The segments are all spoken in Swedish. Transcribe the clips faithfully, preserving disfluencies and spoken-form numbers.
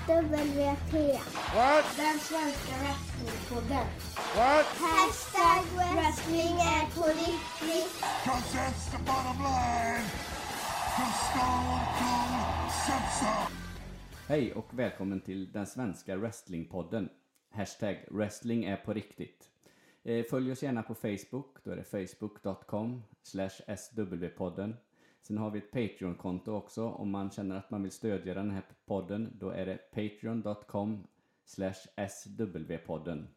W T. What? Den svenska wrestlingpodden. What? Hashtag wrestling är på riktigt. Cause that's the bottom line. Cause Stone Cold said so. Hej och välkommen till den svenska wrestlingpodden. Hashtag wrestling är på riktigt. Följ oss gärna på Facebook. Då är det facebook dot com slash s w podden. Sen har vi ett Patreon-konto också. Om man känner att man vill stödja den här podden, då är det patreon dot com slash s w podden.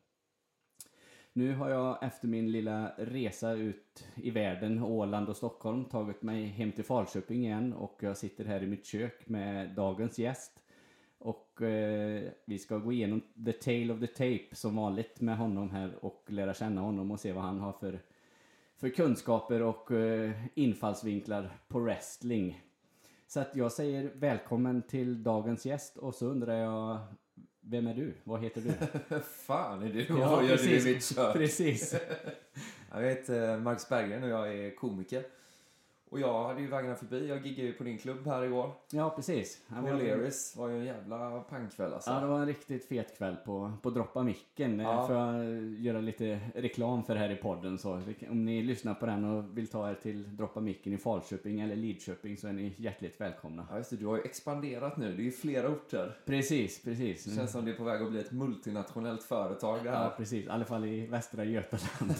Nu har jag efter min lilla resa ut i världen, Åland och Stockholm, tagit mig hem till Falköping igen. Och jag sitter här i mitt kök med dagens gäst. Och eh, vi ska gå igenom the tale of the tape som vanligt med honom här och lära känna honom och se vad han har för, för kunskaper och eh, infallsvinklar på wrestling. Så att jag säger välkommen till dagens gäst och så undrar jag, vem är du? Vad heter du? Fan är du? Ja, Vad gör precis, du i mitt kök? Precis. Jag heter Marcus Berggren och jag är komiker. Och jag hade ju vägarna förbi. Jag giggade ju på din klubb här igår. Ja, precis. Polaris var ju en jävla pangkväll alltså. Ja, det var en riktigt fet kväll på, på Droppa Micken. Ja. Får jag göra lite reklam för här i podden. Så om ni lyssnar på den och vill ta er till Droppa Micken i Falköping eller Lidköping så är ni hjärtligt välkomna. Ja just det, du har ju expanderat nu. Det är ju flera orter. Precis, precis. Det känns som det är på väg att bli ett multinationellt företag det här. Ja, precis. I alla fall i Västra Götaland.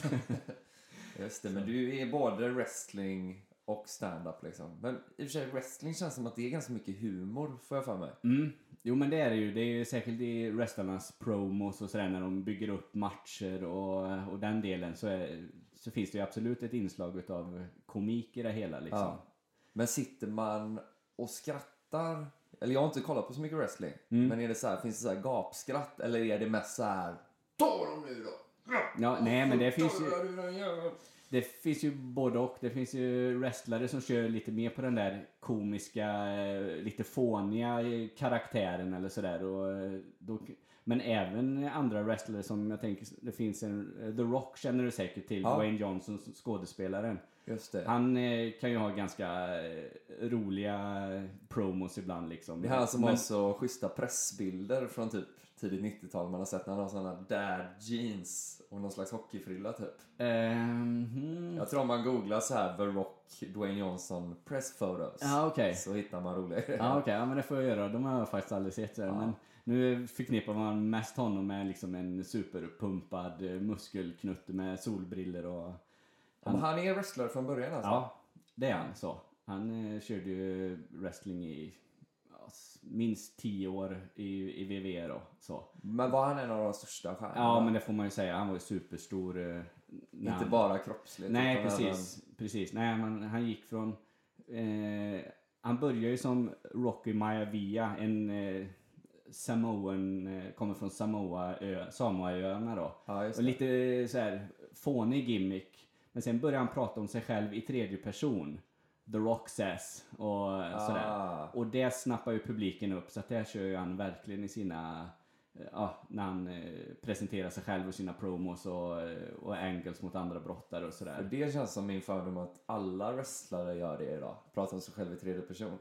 Just det, men du är både wrestling och stand-up liksom. Men i och för sig, wrestling känns som att det är ganska mycket humor, får jag för mig. Mm. Jo, men det är det ju. Det är ju särskilt i wrestlarnas promos och sådär när de bygger upp matcher och, och den delen så, är, så finns det ju absolut ett inslag av komik i det hela liksom. Ja. Men sitter man och skrattar, eller jag har inte kollat på så mycket wrestling, Mm. men är det så här, finns det så här gapskratt eller är det mest så här, ta dem nu då? Ja, nej, men det finns ju... Ta dem nu. Det finns ju både och. Det finns ju wrestlare som kör lite mer på den där komiska, eh, lite fåniga karaktären eller sådär. Och, eh, då, men även andra wrestlare som jag tänker, det finns en, The Rock känner du säkert till, Ja. Dwayne Johnson, skådespelaren. Just det. Han eh, kan ju ha ganska eh, roliga promos ibland liksom. Det är han som men, har så schyssta pressbilder från typ tidigt nittiotal man har sett när han har sådana dad jeans och någon slags hockeyfrilla typ. ehm, hmm. Jag tror om man googlar så här The Rock, Dwayne Johnson press photos, Ja, okej. så hittar man roliga grejer. Ja, okej, okay. Ja, men det får jag göra. De har jag faktiskt aldrig sett. Ja. Men nu förknippar man mest honom med liksom en superpumpad muskelknutte med solbriller och... Han, Han, men han är wrestler från början alltså? ja, det är han så. Han eh, körde ju wrestling i ja, s- minst tio år i, i V V då. Så. Men var han en av de största stjärnorna? Ja, men det får man ju säga. Han var ju superstor. Eh, när Inte han... bara kroppsligt. Nej, utan precis. även- precis. Nej, men han gick från... Eh, han började ju som Rocky Maivia, en eh, Samoan, eh, kommer från Samoa, ö, Samoaöarna då. Ja, just Och det. lite så här fånig gimmick. Men sen började han prata om sig själv i tredje person. The Rock says och sådär. Ah. Och det snappar ju publiken upp. Så att det kör ju han verkligen i sina... Ja, när han eh, presenterar sig själv och sina promos och, eh, och angles mot andra brottare och För sådär. det känns som min fördom att alla wrestlare gör det idag. Pratar om sig själv i tredje person.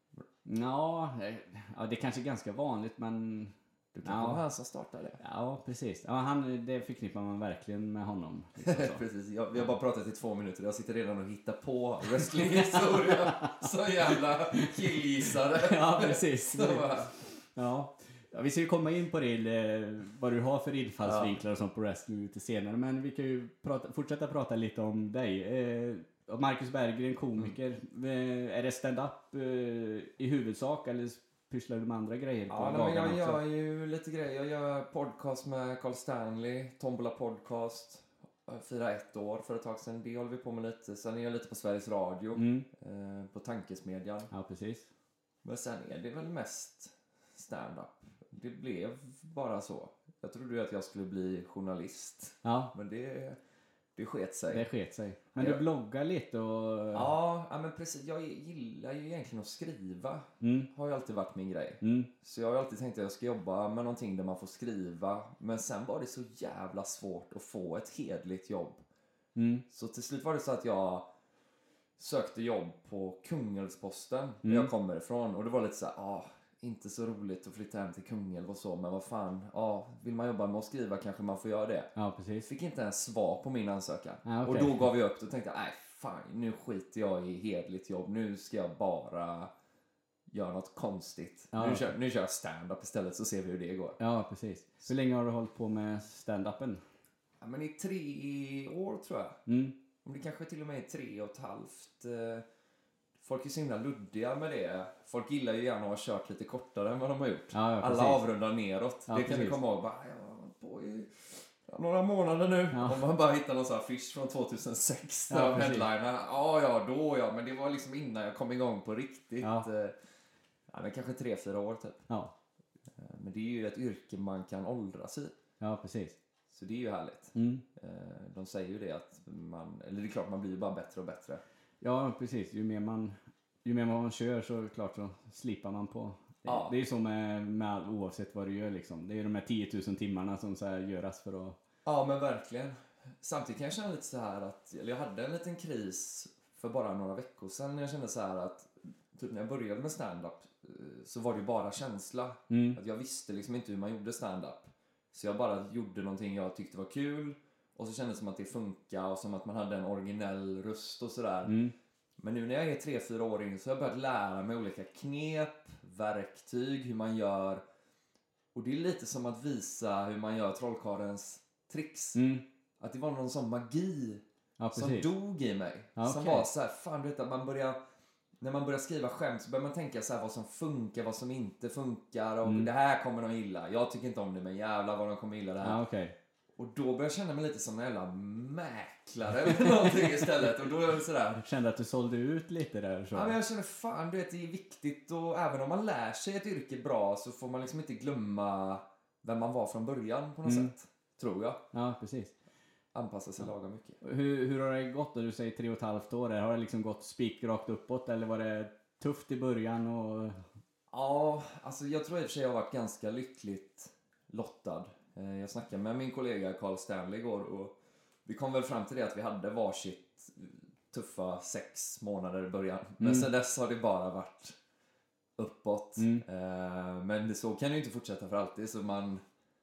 Ja, eh, ja, det är kanske ganska vanligt, men... Du kan vara Ja, han som startar det. ja precis. Ja, han, det förknippar man verkligen med honom. Liksom så. Precis, jag, vi har bara pratat i två minuter. Jag sitter redan och hittar på wrestlinghistoria. Så jävla killgissare. Ja, precis. Så bara, Ja. Ja, vi ska ju komma in på det, eh, vad du har för infallsvinklar och sånt på wrestling lite senare. Men vi kan ju prata, fortsätta prata lite om dig. Eh, Marcus Berggren, komiker. Mm. Eh, är det stand-up eh, i huvudsak eller pysslar du med andra grejer på ja, nej, men dagarna jag också? gör ju lite grejer. Jag gör podcast med Carl Stanley. Tombola podcast. Jag firar ett år för ett tag sedan. Det håller vi på med lite. Sen är jag lite på Sveriges Radio. Mm. Eh, på Tankesmedjan. Ja, precis. Men sen är det väl mest stand-up. Det blev bara så. Jag trodde ju att jag skulle bli journalist. Ja, Men det, det sket sig. det sket sig. Men Ja. du bloggar lite och... Ja, ja, men precis. Jag gillar ju egentligen att skriva. Mm. Har ju alltid varit min grej. Mm. Så jag har ju alltid tänkt att jag ska jobba med någonting där man får skriva. Men sen var det så jävla svårt att få ett hedligt jobb. Mm. Så till slut var det så att jag sökte jobb på Kungälvsposten, där Mm. jag kommer ifrån. Och det var lite så här, ah, inte så roligt att flytta hem till Kungälv och så, men vad fan, ja, vill man jobba med att skriva kanske man får göra det. Ja, precis. Fick inte ens svar på min ansökan. Ah, okay. Och då gav jag upp och tänkte, nej fan, nu skiter jag i hedligt jobb, nu ska jag bara göra något konstigt. Ja. Nu, kör, nu kör jag stand-up istället, så ser vi hur det går. Ja, precis. Hur länge har du hållit på med stand-upen? Ja, men i tre år tror jag. Mm. Om det kanske till och med är tre och ett halvt. eh, Folk är så himla luddiga med det. Folk gillar ju gärna att ha kört lite kortare än vad de har gjort. Ja, ja, alla avrundar neråt. Ja, det kan precis. vi komma ihåg. Bara, jag har hållit på i några månader nu. Ja. Om man bara hittar någon sån här affisch från tjugohundrasex. Ja, Ja, precis. headliner. Ja, ja, då ja. Men det var liksom innan jag kom igång på riktigt. Ja. eh, Ja, men kanske tre, fyra år typ. Ja. Eh, Men det är ju ett yrke man kan åldras i. Ja, precis. Så det är ju härligt. Mm. Eh, De säger ju det att man, eller det är klart man blir ju bara bättre och bättre. Ja, precis. Ju mer man, ju mer man kör så klart så slipar man på. Det, Ja. det är ju så med, med all, oavsett vad du gör liksom. Det är de här tio tusen timmarna som så här göras för att... Ja, men verkligen. Samtidigt kan jag känna lite så här att, eller jag hade en liten kris för bara några veckor sedan när jag kände så här att typ när jag började med stand-up eh, så var det ju bara känsla. Mm. Att jag visste liksom inte hur man gjorde stand-up. Så jag bara gjorde någonting jag tyckte var kul och så kändes det som att det funkade och som att man hade en originell röst och sådär. Mm. Men nu när jag är tre, fyra år in så har jag börjat lära mig olika knep, verktyg, hur man gör. Och det är lite som att visa hur man gör trollkarlens tricks. Mm. Att det var någon sån magi Ja, som precis. dog i mig. Ja, Som okej. var så här, fan du vet att man börjar, när man börjar skriva skämt så börjar man tänka så här vad som funkar, vad som inte funkar. Och Mm. det här kommer de gilla. Jag tycker inte om det, men jävlar vad de kommer gilla det här. Ja, okej. Och då börjar jag känna mig lite som en jävla mäklare eller någonting istället. Och då är det sådär. Jag kände att du sålde ut lite där. Så. Ja, men jag känner fan, du vet, det är viktigt och även om man lär sig ett yrke bra så får man liksom inte glömma vem man var från början på något Mm. sätt. Tror jag. Ja, precis. Anpassa sig lagom mycket. Hur, hur har det gått då? Du säger tre och ett halvt år. Har det liksom gått spikrakt uppåt eller var det tufft i början? Och... Ja, alltså jag tror i och för sig jag har varit ganska lyckligt lottad. Eh, Jag snackade med min kollega Carl Stanley igår och vi kom väl fram till det att vi hade varsitt tuffa sex månader i början. Men Mm. sen dess har det bara varit uppåt. Mm. Eh, Men det så kan det ju inte fortsätta för alltid så man,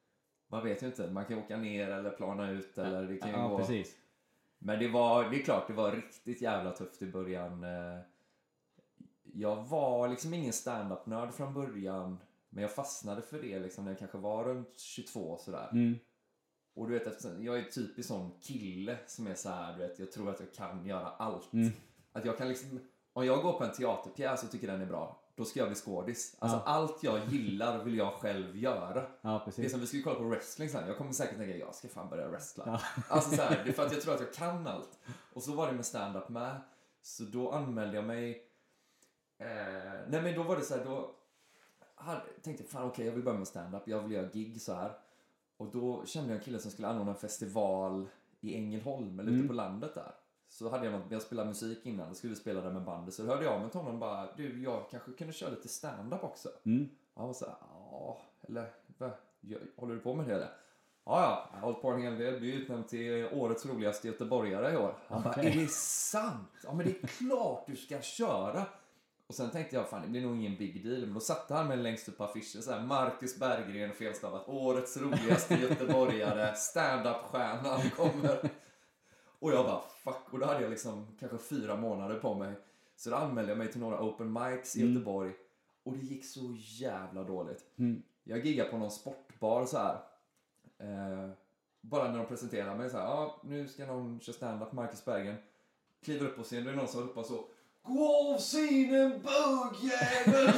man vet ju inte. Man kan åka ner eller plana ut eller det kan ju Ja, gå. precis. Men det var, det är klart, det var riktigt jävla tufft i början. Eh, Jag var liksom ingen stand-up-nörd från början. Men jag fastnade för det liksom när jag kanske var runt tjugotvå sådär. Mm. Och du vet, eftersom jag är typisk sån kille som är så här, du vet, jag tror att jag kan göra allt. Mm. Att jag kan liksom, om jag går på en teaterpjäs och tycker den är bra, då ska jag bli skådis. Alltså Ja. allt jag gillar vill jag själv göra. Ja, Det är precis. som vi skulle kolla på wrestling sen. Jag kommer säkert tänka, jag ska fan börja wrestla. Ja. Alltså så här, det är för att jag tror att jag kan allt. Och så var det med stand-up med. Så då anmälde jag mig. Eh, nej men då var det så här, då hade, tänkte jag, fan okej, jag vill börja med stand-up. Jag vill göra gig så här. Och då kände jag en kille som skulle anordna en festival i Ängelholm, eller ute Mm. på landet där. Så hade jag något, jag spelade musik innan, skulle spela där med bandet. Så då hörde jag med honom och bara, du, jag kanske kunde köra lite stand-up också. Mm. Han var så här, ja, eller va? Gör- håller du på med det eller? Ja, ja, jag har hållit på en hel del. Blir utnämnd till årets roligaste göteborgare i år. Han bara, Okej. är det sant? Ja, men det är klart du ska köra. Och sen tänkte jag, fan det blir nog ingen big deal. Men då satte han mig längst upp på affischen så här, Marcus Berggren, felstavat, årets roligaste göteborgare, stand-up-stjärnan kommer. Och jag bara, fuck. Och då hade jag liksom kanske fyra månader på mig. Så då anmälde jag mig till några open mics i Mm. Göteborg. Och det gick så jävla dåligt. Mm. Jag giggade på någon sportbar så här. Eh, bara när de presenterar mig så här, ja, nu ska någon köra stand-up, Marcus Bergen. Kliver upp på scenen, det är någon som ropar så, gå av scenen, bögjävel!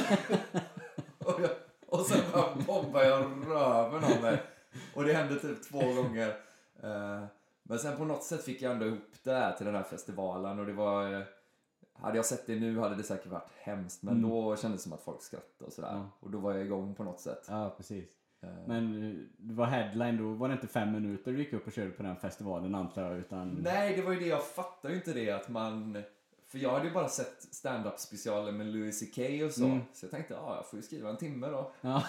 och, jag, och sen bara bombar jag röven av mig. Och det hände typ två gånger. Eh, men sen på något sätt fick jag ändå ihop det här till den här festivalen. Och det var, eh, hade jag sett det nu hade det säkert varit hemskt. Men Mm. då kändes det som att folk skrattade och sådär. Ja. Och då var jag igång på något sätt. Ja, precis. Eh, Men eh, det var headline då. Var det inte fem minuter du gick upp och körde på den festivalen antar jag? Utan... Nej, det var ju det. Jag fattar ju inte det att man... För jag hade ju bara sett stand-up specialer med Louis C K och så. Mm. Så jag tänkte, ja, jag får ju skriva en timme då. Ja.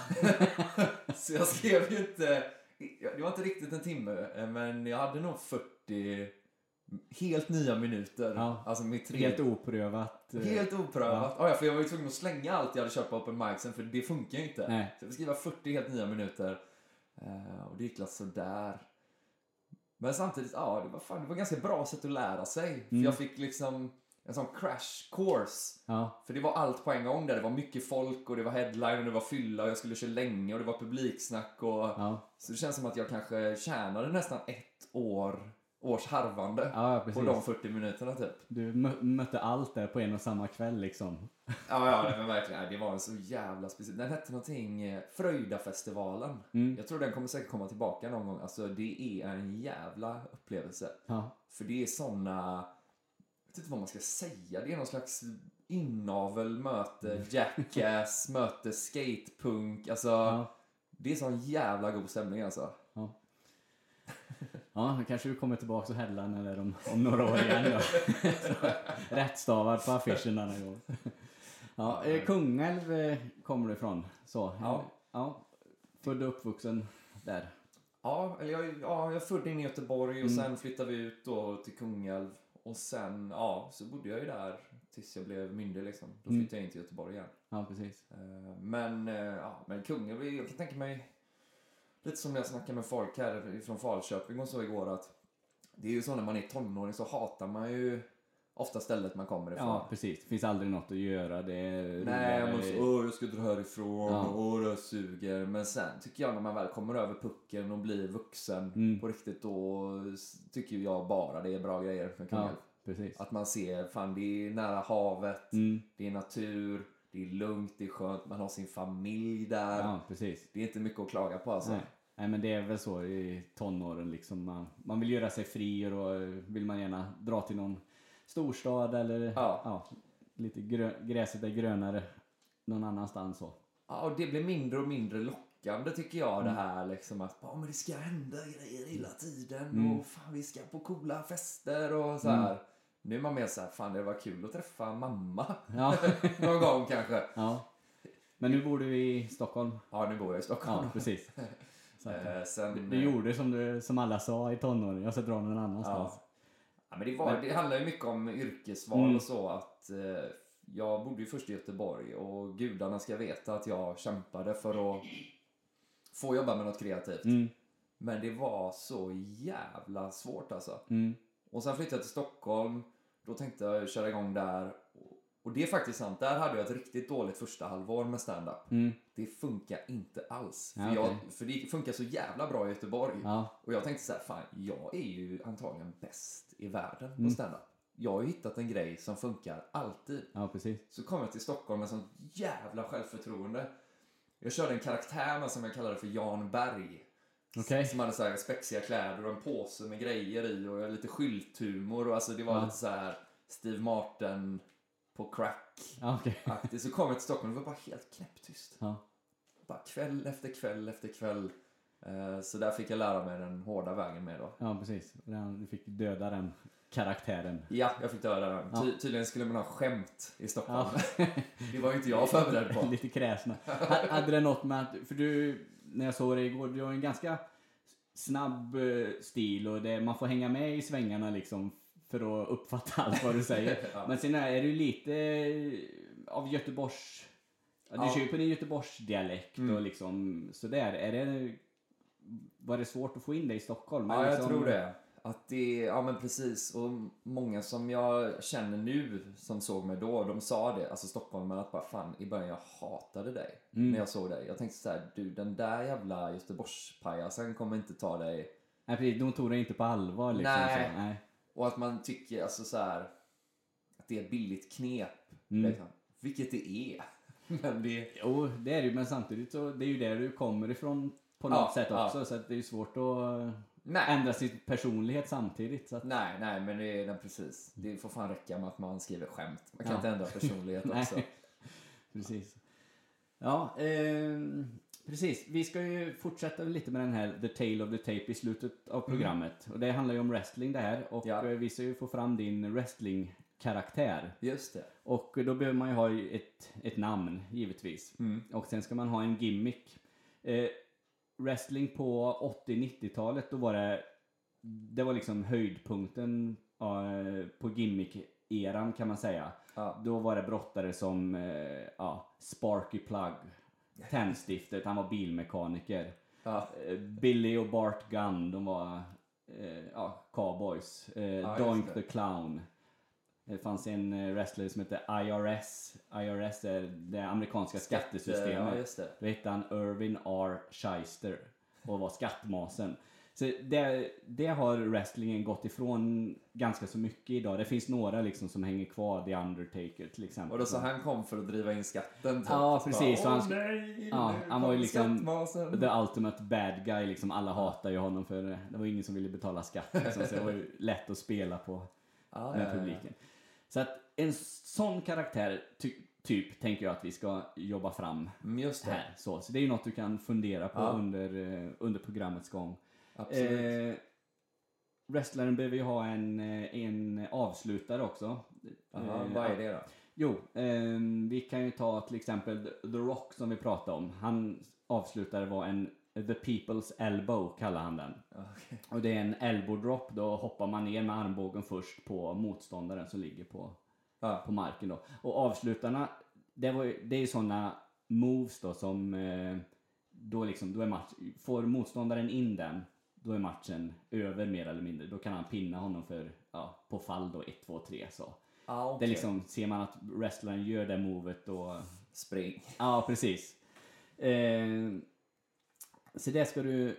Så jag skrev ju inte... Det var inte riktigt en timme, men jag hade nog fyrtio helt nya minuter. Ja. Alltså med tre... Helt oprövat. eh, Helt oprövat. Ja. Oh, ja, för jag var ju tvungen att slänga allt jag hade köpt på open micsen, för det funkar ju inte. Nej. Så jag fick skriva fyrtio helt nya minuter. Uh, och det gick så där. Men samtidigt, ja, det var fan, det var ganska bra sätt att lära sig. Mm. För jag fick liksom en sån crash course. Ja. För det var allt på en gång där. Det var mycket folk och det var headline och det var fylla och jag skulle köra länge och det var publiksnack och... Ja. Så det känns som att jag kanske tjänade nästan ett år, års harvande Ja, på precis. de fyrtio minuterna typ. Du mö- mötte allt där på en och samma kväll liksom. Ja, ja, det var verkligen, det var en så jävla speciell. Den hette någonting, eh, Fröjdafestivalen. Mm. Jag tror den kommer säkert komma tillbaka någon gång. Alltså det är en jävla upplevelse. Ja. För det är såna, jag vet inte vad man ska säga, det är någon slags inavel möte jackass, möte skatepunk, alltså Ja. det är sån jävla god stämning alltså. Ja. Ja, då kanske du kommer tillbaka och headline eller om, om några år igen då. Rättstavad på affischen denna gång. Ja, eh, Kungälv eh, kommer du ifrån. Så. Ja. Ja. Född och uppvuxen där. Ja, eller jag, ja, jag är född in i Göteborg och Mm. sen flyttade vi ut då till Kungälv. Och sen, ja, så bodde jag ju där tills jag blev myndig liksom. Då Mm. flyttade jag in till Göteborg igen. Ja, precis. Eh, Men, eh, ja, men Kungälv, jag kan tänka mig, lite som jag snackar med folk här från Falköping och så igår, att det är ju så när man är tonåring så hatar man ju ofta stället man kommer ifrån. Ja, precis. Det finns aldrig något att göra. Det är Nej, roligare- man så, åh, jag ska dra härifrån, Ja. åh, det suger. Men sen tycker jag när man väl kommer över pucken och blir vuxen Mm. på riktigt, då s- tycker jag bara det är bra grejer för Ja, Kungälv. precis. Att man ser, fan det är nära havet, Mm. det är natur, det är lugnt, det är skönt, man har sin familj där. Ja, precis. Det är inte mycket att klaga på alltså. Nej. Nej, men det är väl så i tonåren liksom. Man, man vill göra sig fri och då vill man gärna dra till någon storstad eller Ja. lite grö, gräset är grönare någon annanstans så. Ja, och det blir mindre och mindre lockande tycker jag, Mm. det här liksom att ja, men det ska hända grejer hela tiden Mm. och fan vi ska på coola fester och så här. Nu är man mer så här, fan det var kul att träffa mamma Ja. någon gång kanske. Ja. Men nu bor du i Stockholm. Ja, nu bor jag i Stockholm. Ja, precis. Så att, Eh, sen, du gjorde som, du, som alla sa i tonåren. Jag ska dra någon annanstans. ja. Ja, men det, var, det handlar ju mycket om yrkesval Mm. och så, att eh, jag bodde ju först i Göteborg och gudarna ska veta att jag kämpade för att få jobba med något kreativt. Mm. Men det var så jävla svårt alltså. Mm. Och sen flyttade jag till Stockholm. Då tänkte jag köra igång där. Och det är faktiskt sant. Där hade jag ett riktigt dåligt första halvår med stand-up. Mm. Det funkar inte alls. Ja, För, jag, okej. för det funkar så jävla bra i Göteborg. Ja. Och jag tänkte så här, fan, jag är ju antagligen bäst i världen på Mm. stand-up. Jag har ju hittat en grej som funkar alltid. Ja, precis. Så kom jag till Stockholm med sånt jävla självförtroende. Jag körde en karaktär med, som jag kallade för Jan Berg. Okej. Som hade så här spexiga kläder och en påse med grejer i och lite skylthumor. Och alltså det var Ja. lite så här Steve Martin på crack. Ja, okej. Aktigt. Så kom jag till Stockholm och det var bara helt knäpptyst. Ja. Bara kväll efter kväll efter kväll. Eh, Så där fick jag lära mig den hårda vägen med då. Ja, precis. Den- Du fick döda den karaktären. Ja, jag fick döda den. Ja. Ty- tydligen skulle man ha skämt i Stockholm. Ja. Det var ju inte jag förberedd på. Lite kräsna. Ha- Hade det något med att, för du, när jag såg dig igår, du har en ganska snabb eh, stil och det, man får hänga med i svängarna liksom för att uppfatta allt vad du säger. Ja. Men sen är du lite eh, av Göteborgs, ja, du Ja. kör ju på din Göteborgsdialekt Mm. och liksom sådär. Är det, var det svårt att få in det i Stockholm? Ja, jag liksom, tror det. Att det, ja men precis. Och många som jag känner nu som såg mig då, de sa det, alltså stockholmarna, att bara fan, i början jag hatade dig Mm. när jag såg dig. Jag tänkte så här, du den där jävla Göteborgspajasen kommer inte ta dig. Nej, precis, de tog det inte på allvar liksom. Nej. Så, nej. Och att man tycker alltså så här, att det är ett billigt knep. Mm. Liksom. Vilket det är. Men det, Jo, det är det ju, men samtidigt så det är ju där du kommer ifrån på något Ja, sätt ja. också, så att det är ju svårt att nej. ändra sin personlighet samtidigt. Så att, Nej, nej, men det är den precis. Det får fan räcka med att man skriver skämt. Man kan Ja. inte ändra personlighet Nej. också. precis. Ja, ehm, precis. Vi ska ju fortsätta lite med den här The Tale of the Tape i slutet av programmet. Och det handlar ju om wrestling det här. Och Ja. eh, vi ska ju få fram din wrestling-karaktär. Just det. Och då behöver man ju ha ju ett, ett namn, givetvis. Mm. Och sen ska man ha en gimmick. Eh, wrestling på åttio-nittiotalet, då var det det var liksom höjdpunkten uh, på gimmick-eran kan man säga. Ja. Då var det brottare som uh, ja, Sparky Plug, Tändstiftet, han var bilmekaniker. Ja. Uh, Billy och Bart Gunn, de var uh, ja, cowboys. Uh, Ja, Doink just the det. Clown. Det fanns en uh, wrestler som hette I R S. I R S är det amerikanska skattesystemet. Ja, just det. Då hette han Irvin R. Shyster och var skattmasen. Så det, det har wrestlingen gått ifrån ganska så mycket idag. Det finns några liksom som hänger kvar, The Undertaker till exempel. Och då så han kom för att driva in skatten. Typ. Ja, precis. Bara, Han- Åh nej, ja, nu han var ju kom liksom skattmasen. The ultimate bad guy, liksom. Alla hatar ju honom för det var ingen som ville betala skatt. Liksom. Så det var ju lätt att spela på Ja, med ja, ja. publiken. Så att en sån karaktär ty- typ tänker jag att vi ska jobba fram Mm, just det. här. Så, så det är ju något du kan fundera på Ja. under, eh, under programmets gång. Absolut. Eh, wrestlaren behöver ju ha en, eh, en avslutare också. Aha, Eh, vad är det då? Jo, ehm, vi kan ju ta till exempel The Rock som vi pratade om. Han avslutare var en The People's Elbow kallar han den. Okay. Och det är en elbow drop, då hoppar man ner med armbågen först på motståndaren som ligger på, Ja. på marken då. Och avslutarna, det, var, ju- det är ju sådana moves då som eh, då liksom, då är match, får motståndaren in den, då är matchen över mer eller mindre. Då kan han pinna honom för, ja, på fall då ett, två, tre så. Ah, Det är okay. liksom, ser man att wrestlern gör det movet då... Spring. Ja, precis. Eh, så det ska du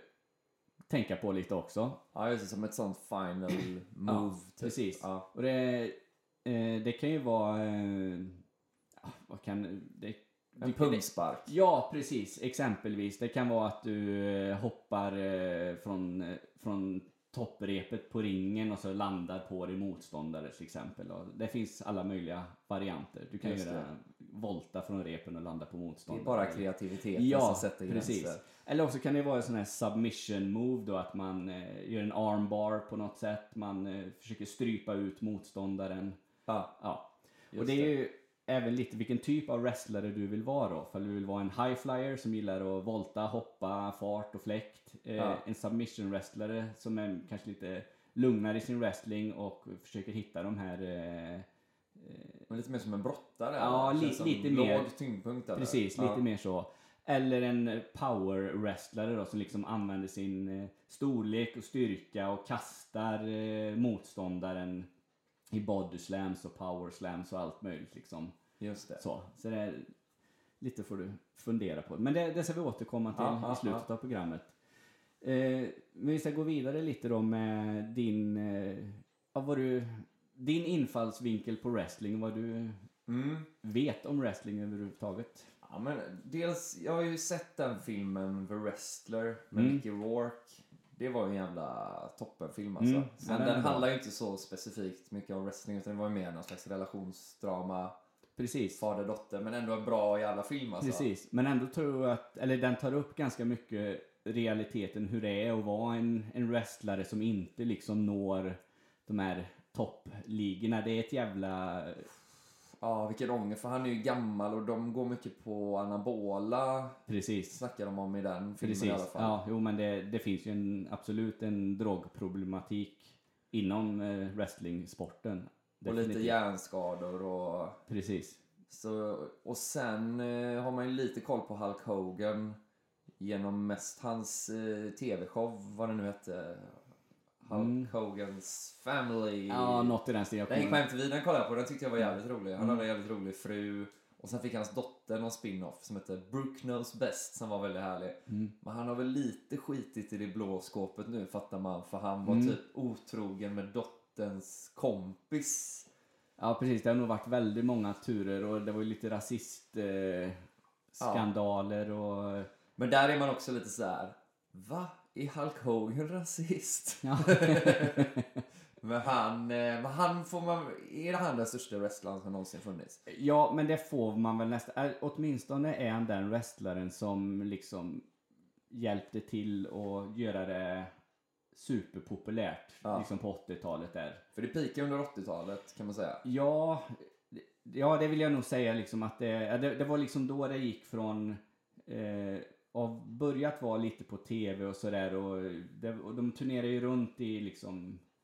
tänka på lite också. Ja, just det, som ett sånt final move. typ. Precis. Ja. Och det, eh, det kan ju vara... Eh, ja, vad kan... Det, En det- pungspark. Ja, precis. Exempelvis. Det kan vara att du eh, hoppar eh, från, eh, från topprepet på ringen och så landar på din motståndare till exempel. Och det finns alla möjliga varianter. Du kan Just göra det. volta från repen och landa på Det är motståndaren. bara kreativiteten Ja, som sätter precis. gränser. Eller också kan det vara en sån här submission move då, att man eh, gör en armbar på något sätt. Man eh, försöker strypa ut motståndaren. Ja, Ja. just Och det är ju även lite vilken typ av wrestlare du vill vara då. För du vill vara en high flyer som gillar att volta, hoppa, fart och fläkt. Eh, Ja. En submission wrestlare som är kanske lite lugnare i sin wrestling och försöker hitta de här... Eh, Men lite mer som en brottare. Ja, eller? li- Känns som lite låg mer. tyngdpunkt. Eller? Precis, ja. lite mer så. Eller en power wrestlare då, som liksom använder sin eh, storlek och styrka och kastar eh, motståndaren i body slams och power slams och allt möjligt liksom. Just det. Så, så det är lite får du fundera på. Men det, det ska vi återkomma till Ja, ja, i slutet av programmet. Eh, men vi ska gå vidare lite då med din, eh, ja, vad du, din infallsvinkel på wrestling, vad du Mm. vet om wrestling överhuvudtaget. Ja, men dels, jag har ju sett den filmen The Wrestler med Mm. Mickey Rourke. Det var ju en jävla toppenfilm alltså. Mm. Sen Ja, den den är bra. handlar ju inte så specifikt mycket om wrestling, utan det var ju mer någon slags relationsdrama, Precis. fader-dotter, men ändå en bra jävla film alltså. Precis, men ändå tror jag att, eller den tar upp ganska mycket realiteten, hur det är att vara en, en wrestlare som inte liksom når de här toppligorna. Det är ett jävla... Ja, vilken ånger, för han är ju gammal och de går mycket på anabola, Precis. snackar de om i den filmen Precis. i alla fall. Ja, jo, men det, det finns ju en, absolut en drogproblematik inom eh, wrestlingsporten. Och lite Definitivt. hjärnskador och... Precis. Så, och sen eh, har man ju lite koll på Hulk Hogan genom mest hans eh, tv-show, vad det nu hette. Hulk Mm. Hogans Family. Ja, något i den stilen. Den gick på M T V, den kollade jag på, den tyckte jag var jävligt rolig. Han Mm. hade en jävligt rolig fru. Och sen fick hans dotter någon spin-off som heter Brooke Knows Best, som var väldigt härlig. Mm. Men han har väl lite skitit i det blå skåpet nu, fattar man. För han var Mm. typ otrogen med dotterns kompis. Ja, precis. Det har nog varit väldigt många turer och det var ju lite rasist eh, skandaler och... Men där är man också lite så här: va? Är Hulk Hogan rasist? Ja. Men han, eh, men han får man, är det han den största wrestlern som någonsin funnits? Ja, men det får man väl nästan. Är- Åtminstone är han den wrestlaren som liksom hjälpte till att göra det superpopulärt Ja. liksom på åttiotalet där. För det peakade under åttiotalet kan man säga. Ja, ja, det vill jag nog säga liksom att det, ja, det, det var liksom då det gick från eh, av börjat vara lite på tv och sådär och, det, och de turnerar ju runt i liksom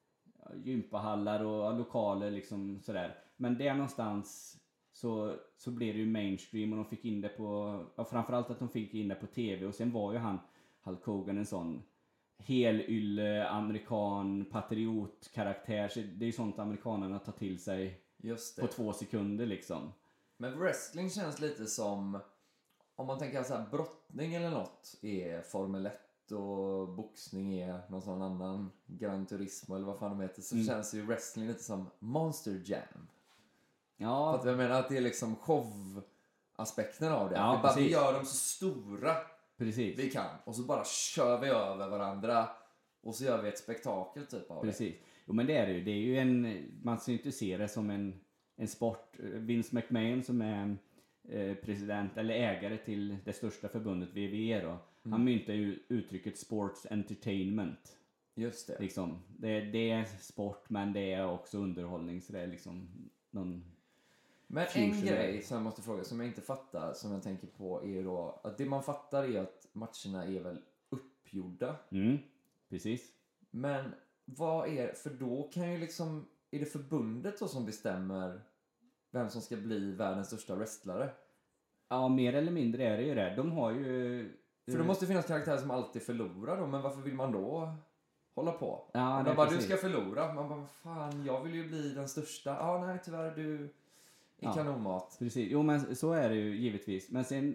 gympahallar och lokaler liksom sådär. Men där någonstans så, så blev det ju mainstream och de fick in det på, ja, framförallt att de fick in det på tv. Och sen var ju han, Hulk Hogan, en sån helylle amerikan patriotkaraktär. Så det är ju sånt amerikanerna tar till sig Just det. på två sekunder liksom. Men wrestling känns lite som, om man tänker så här, brottning eller något är Formel ett och boxning är någon sån annan Gran Turismo eller vad fan de heter, så Mm. känns ju wrestling lite som Monster Jam. Ja, För att jag menar att det är liksom showaspekten av det. Ja, vi, bara, vi precis. gör dem så stora precis. vi kan och så bara kör vi över varandra och så gör vi ett spektakel typ av Precis. Jo, men det är det ju. Det är ju en, man ska ju inte se det som en, en sport. Vince McMahon som är eh, president eller ägare till det största förbundet V V E då. Mm. Han myntar ju uttrycket sports entertainment. det. Just det. Liksom. Det, det är sport men det är också underhållning. Så det är liksom någon... Men Fusion. en grej som jag måste fråga, som jag inte fattar, som jag tänker på, är ju då att det man fattar är att matcherna är väl uppgjorda. Mm, precis. Men vad är, för då kan ju liksom, är det förbundet då som bestämmer vem som ska bli världens största wrestlare? Ja, mer eller mindre är det ju det. De har ju... För det måste finnas karaktärer som alltid förlorar då, men varför vill man då hålla på? Ja, Man nej, bara, precis. du ska förlora. Man bara, fan, jag vill ju bli den största. Ja, ah, nej, tyvärr, du är Ja. kanonmat. Precis, jo men så är det ju givetvis. Men sen,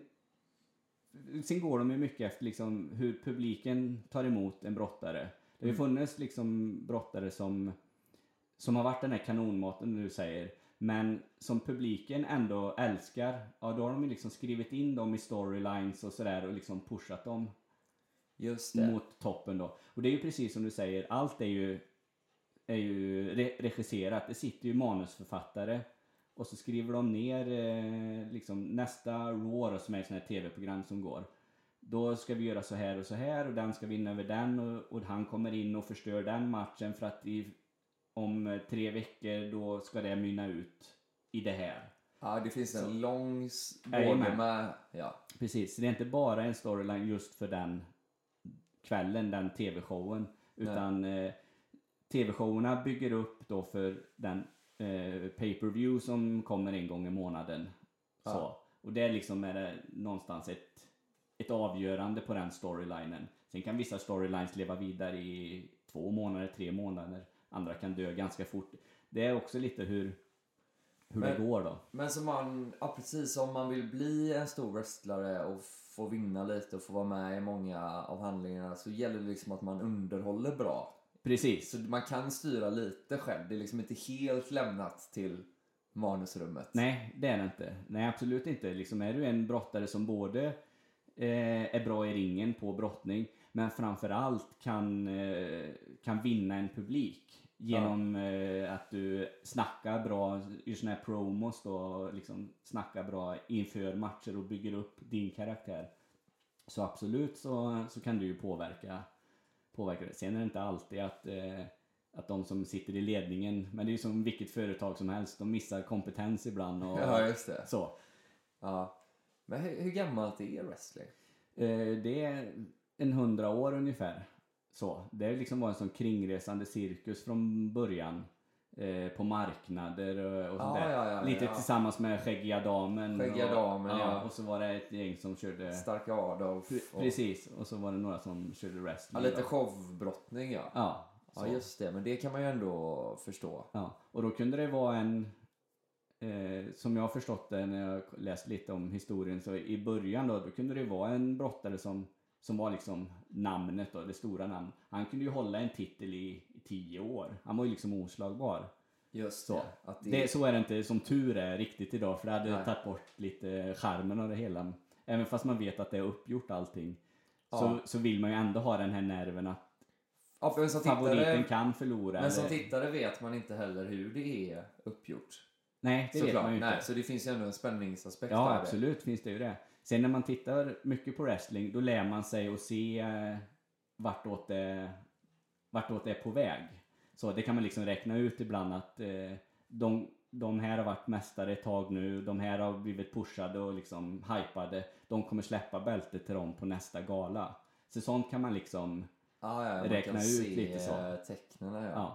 sen går de ju mycket efter liksom hur publiken tar emot en brottare. Det har ju funnits liksom brottare som, som har varit den här kanonmaten du säger. Men som publiken ändå älskar. Ja, då har de ju liksom skrivit in dem i storylines och sådär och liksom pushat dem Just det. mot toppen då. Och det är ju precis som du säger, allt är ju, är ju re- regisserat. Det sitter ju manusförfattare och så skriver de ner eh, liksom nästa Raw som är ett sånt här tv-program som går. Då ska vi göra så här och så här och den ska vinna över den och, och han kommer in och förstör den matchen för att i, om eh, tre veckor då ska det mynna ut i det här. Ja, det finns en Så. lång s- Jajamän. både med, ja. Precis, så det är inte bara en storyline just för den kvällen, den tv-showen. Utan eh, tv-showerna bygger upp då för den eh, pay-per-view som kommer en gång i månaden. Ja. Så. Och det liksom är det någonstans ett, ett avgörande på den storylinen. Sen kan vissa storylines leva vidare i två månader, tre månader. Andra kan dö ganska fort. Det är också lite hur, hur Men- det går då. Men som man, ja precis, om man vill bli en stor wrestlare och få vinna lite och få vara med i många av handlingarna, så gäller det liksom att man underhåller bra. Precis. Så man kan styra lite själv. Det är liksom inte helt lämnat till manusrummet. Nej, det är det inte. Nej, absolut inte. Liksom är du en brottare som både eh, är bra i ringen på brottning, men framförallt kan, eh, kan vinna en publik genom eh, att du snackar bra, gör såna här promos då, liksom snackar bra inför matcher och bygger upp din karaktär. Så absolut så, så kan du ju påverka, påverka det. Sen är det inte alltid att eh, att de som sitter i ledningen, men det är ju som vilket företag som helst, de missar kompetens ibland och Ja, just det. så. Ja. Men hur, hur gammalt är wrestling? Eh, det är en hundra år ungefär. Så. Det liksom var en sån kringresande cirkus från början. Eh, på marknader och, och Ja, sådär. ja, ja, Lite ja. tillsammans med Skäggiga Damen. Skäggiga och, Damen, ja. Och så var det ett gäng som körde... Starka Adolf. Pre- och- Precis, och så var det några som körde Ja, wrestling. lite då. showbrottning, ja. Ja, Ja, så. just det. Men det kan man ju ändå förstå. Ja, och då kunde det vara en, eh, som jag har förstått det när jag läst lite om historien, så i början då, då kunde det vara en brottare som, som var liksom namnet då, det stora namn. Han kunde ju hålla en titel i, i tio år. Han var ju liksom oslagbar. Just Så. det. Att det, Det, så är det inte som tur är riktigt idag, för det hade Nej. tagit bort lite charmen av det hela. Även fast man vet att det är uppgjort allting, Ja. så, så vill man ju ändå ha den här nerven att ja, men som favoriten tittare, kan förlora. men som eller- tittare vet man inte heller hur det är uppgjort. Nej, det vet Såklart. man ju inte. Nej, så det finns ju ändå en spänningsaspekt Ja, där. absolut finns det ju det. Sen när man tittar mycket på wrestling, då lär man sig att se eh, vartåt det, vartåt det är på väg. Så det kan man liksom räkna ut ibland att eh, de, de här har varit mästare ett tag nu, de här har blivit pushade och liksom hypade. De kommer släppa bältet till dem på nästa gala. Så sånt kan man liksom, Ja, ja, man räkna kan ut se lite så. tecknen. Ja. ja.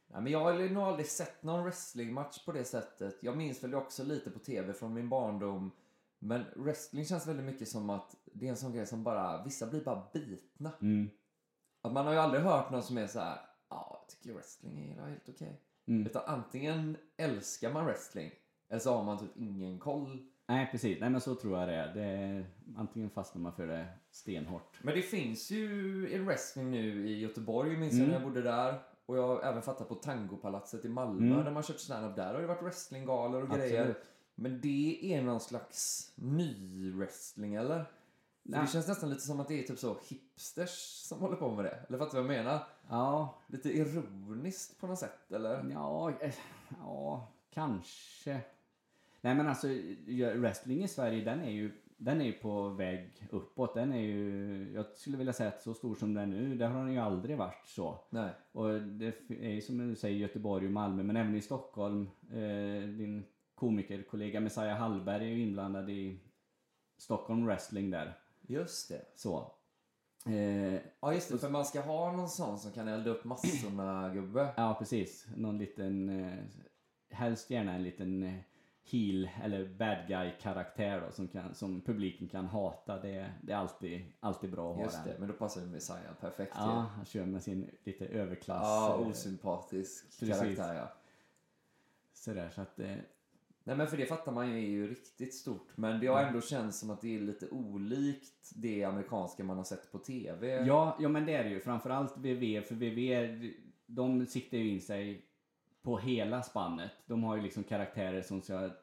Nej, men jag har nog aldrig sett någon wrestlingmatch på det sättet. Jag minns väl också lite på tv från min barndom. Men wrestling känns väldigt mycket som att det är en sån grej som bara, vissa blir bara bitna. Mm. Att man har ju aldrig hört någon som är så här, ja, jag tycker wrestling är helt okej. Mm. Utan antingen älskar man wrestling eller så har man typ ingen koll. Nej, precis. Nej, men så tror jag det är. Det är antingen fastnar man för det stenhårt. Men det finns ju en wrestling nu i Göteborg, minns jag Mm. när jag bodde där. Och jag har även fattat på Tangopalatset i Malmö Mm. där man har kört stand-up där. Har det varit wrestlinggalor och Absolut. grejer. Men det är någon slags ny wrestling, eller? För Nej. det känns nästan lite som att det är typ så hipsters som håller på med det. Eller fattar du vad jag menar? Ja, Lite ironiskt på något sätt, eller? ja, eh, ja, kanske. Nej, men alltså ja, wrestling i Sverige, den är ju den är ju på väg uppåt. Den är ju, jag skulle vilja säga att så stor som den är nu, det har den ju aldrig varit så. Nej. Och det är ju som du säger Göteborg och Malmö, men även i Stockholm. Eh, din komikerkollega Messiah Hallberg är ju inblandad i Stockholm Wrestling där. Just det. Så. Eh, Ja, just det. För man ska ha någon sån som kan elda upp massorna, gubbe. ja, precis. Någon liten, eh, helst gärna en liten eh, heel eller bad guy karaktär då, som, kan, som publiken kan hata. Det, är- det är alltid, alltid bra att ha Just den. det, men då passar ju Messiah perfekt. Ja, Ja, han kör med sin lite överklass. ja eh, osympatisk precis. karaktär, ja. sådär, så att, eh, Nej, men för det fattar man ju är ju riktigt stort. Men det har ändå känts som att det är lite olikt det amerikanska man har sett på tv. ja, ja, men det är det ju. Framförallt V V, för V V, de siktar ju in sig på hela spannet. De har ju liksom karaktärer som ska, eh,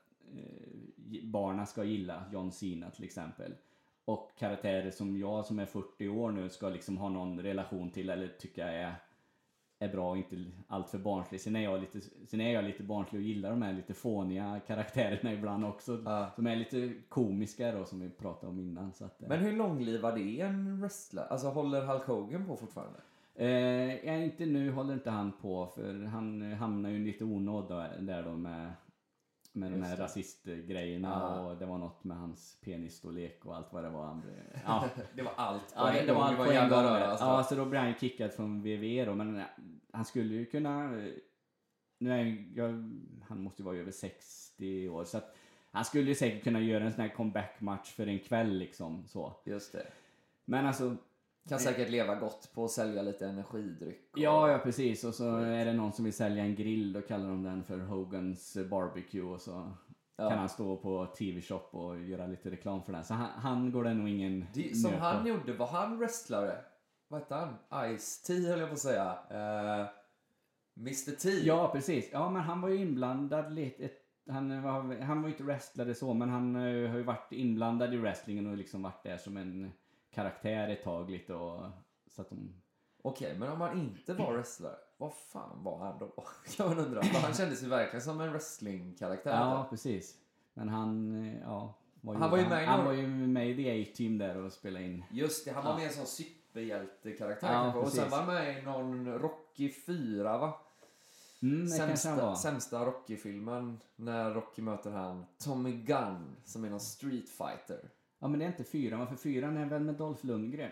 barna ska gilla. John Cena till exempel. Och karaktärer som jag som är fyrtio år nu ska liksom ha någon relation till eller tycka är, är bra och inte allt för barnslig. Sen är, jag lite, sen är jag lite barnslig och gillar de här lite fåniga karaktärerna ibland också. Ja. Som är lite komiska då, som vi pratade om innan. Så att, eh. Men hur långlivad är en wrestler? Alltså håller Hulk Hogan på fortfarande? Eh, ja, inte nu håller inte han på, för han eh, hamnar ju lite onåd då, där då med, med de Just här det. rasistgrejerna Ah. och det var något med hans penisstorlek och allt vad det var. Han blev, ja, Det var allt på ja, en det, det var gång. allt Det på var en en gång. jävla där. röra, alltså. Ja, så då blev han ju kickad från V V då, men eh, han skulle ju kunna, eh, nu är ju- jag, han måste ju vara över sextio år, så att han skulle ju säkert kunna göra en sån här comeback-match för en kväll liksom så. Just det. Men alltså, Kan säkert leva gott på att sälja lite energidryck. och- ja, ja, precis. Och så är det någon som vill sälja en grill, då kallar de den för Hogans Barbecue och så Ja. kan han stå på T V-shop och göra lite reklam för den. Så han, han går det nog ingen Det, som nöt han på. gjorde, var han wrestlare? Vad hette han? Ice-T höll jag på att säga. Uh, mister T. Ja, precis. Ja, men han var ju inblandad lite. Ett, han, var, han var ju inte wrestlare så, men han eh, har ju varit inblandad i wrestlingen och liksom varit där som en karaktär ett tag lite och så att de... Okej, men om han inte var wrestlare, vad fan var han då? Kan man undra. För han kändes ju verkligen som en wrestlingkaraktär. Ja, precis. Men han, eh, ja... Vad Han gjorde var ju med i han, han någon- var ju med i The A-Team där och spelade in. Just det, han var Ja. med som superhjältekaraktär Ja, kanske. Och sen precis. var han med i någon Rocky fyra, va? Mm, det kanske han Sämsta, var. sämsta Rocky-filmen när Rocky möter han Tommy Gunn som är någon street fighter. Ja, men det är inte fyran, va? För fyran är väl med Dolph Lundgren.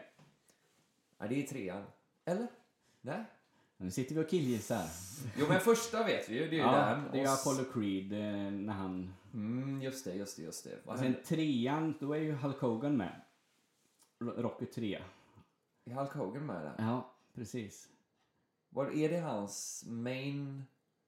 Nej, det är trean. Eller? Nej? Nu sitter vi och killgissar. Jo, men första vet vi ju, det är ju Ja, den. det är ju Och s- Apollo Creed eh, när han... Mm, just det, just det, just det. Vad Och sen hände? trean, då är ju Hulk Hogan med. R- Rocky tre. Är Hulk Hogan med där? Ja, precis. Vad är det hans main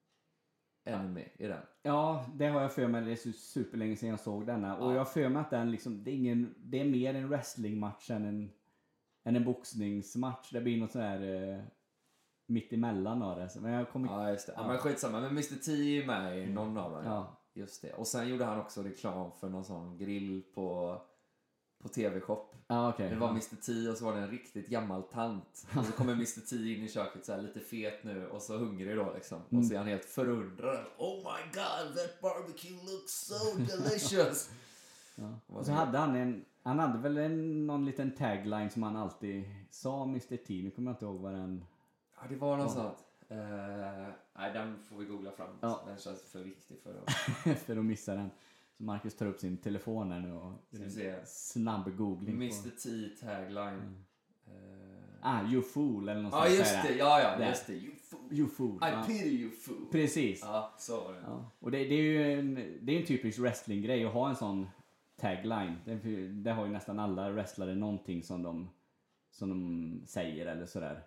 enemy i den? Ja, det har jag för mig. Det är så superlänge sedan jag såg denna. Och Ja. jag har för mig att den liksom, det är, ingen, det är mer en wrestlingmatch än en, än en boxningsmatch. Det blir något sån här eh, mitt emellan av det. Så- Men jag kommer Ja, just det. Ja, Ja. men skitsamma. Men mister T är med i någon av dem. Ja. Just det. Och sen gjorde han också reklam för någon sån grill på, på T V-shop. Ja, okej. Det var mister T och så var det en riktigt gammal tant. Och så kommer mister T in i köket så här lite fet nu och så hungrig då liksom. Mm. Och så är han helt förundrad. Oh my god, that barbecue looks so delicious. Ja. Vad Och så det- hade han en, han hade väl en, någon liten tagline som han alltid sa, mister T. Nu kommer jag inte ihåg vad den... Ja, det var något Ja. sånt. Eh, nej, den får vi googla fram. Ja. Den känns för viktig för att... för att missa den. Så Marcus tar upp sin telefon här nu och Ska vi se. snabb googling. mister T tagline. Ah, you fool eller något Ja, sånt just där. det. Ja, ja, Där. just det. You fool. You fool. I ja. pity you fool. Precis. Ja, så var det. Ja. Och det, det är ju en, det är en typisk wrestlinggrej att ha en sån tagline. Det, det har ju nästan alla wrestlare någonting som de, som de säger eller sådär.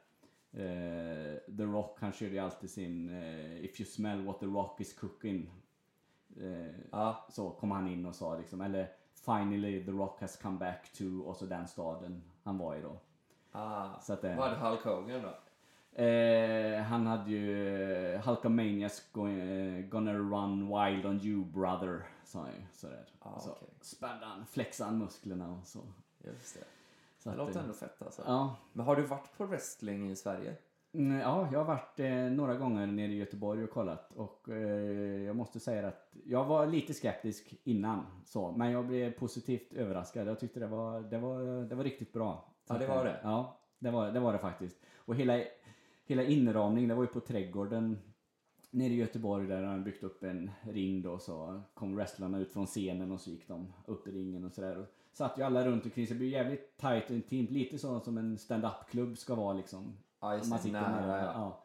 Uh, The Rock, han körde ju alltid sin uh, If you smell what the Rock is cooking. Uh, Ja. Så kom han in och sa liksom, eller Finally the Rock has come back to, och så den staden han var i då. Ah. Så att det, Vad hade Hulk Hogan då? Eh, han hade ju Hulkamania's going, uh, gonna run wild on you brother, sa han ju sådär. Ah, så okej. spände han, flexade han musklerna och så. Just det. så Det att, låter eh, ändå fett alltså. Ja. Men har du varit på wrestling i Sverige? Mm, ja, jag har varit eh, några gånger nere i Göteborg och kollat och eh, jag måste säga att jag var lite skeptisk innan så, men jag blev positivt överraskad. Jag tyckte det var, det var, det var riktigt bra. Så Ja, det att, var det. Ja, det var det, var det faktiskt. Och hela, hela inramningen, det var ju på Trädgården nere i Göteborg där han byggt upp en ring då, så kom wrestlarna ut från scenen och så gick de upp i ringen och sådär. Och satt ju alla runt omkring, så det blev jävligt tight och intimt, lite så som en stand-up-klubb ska vara liksom. Ja, just Man det. sitter Nära, nära, ja. ja.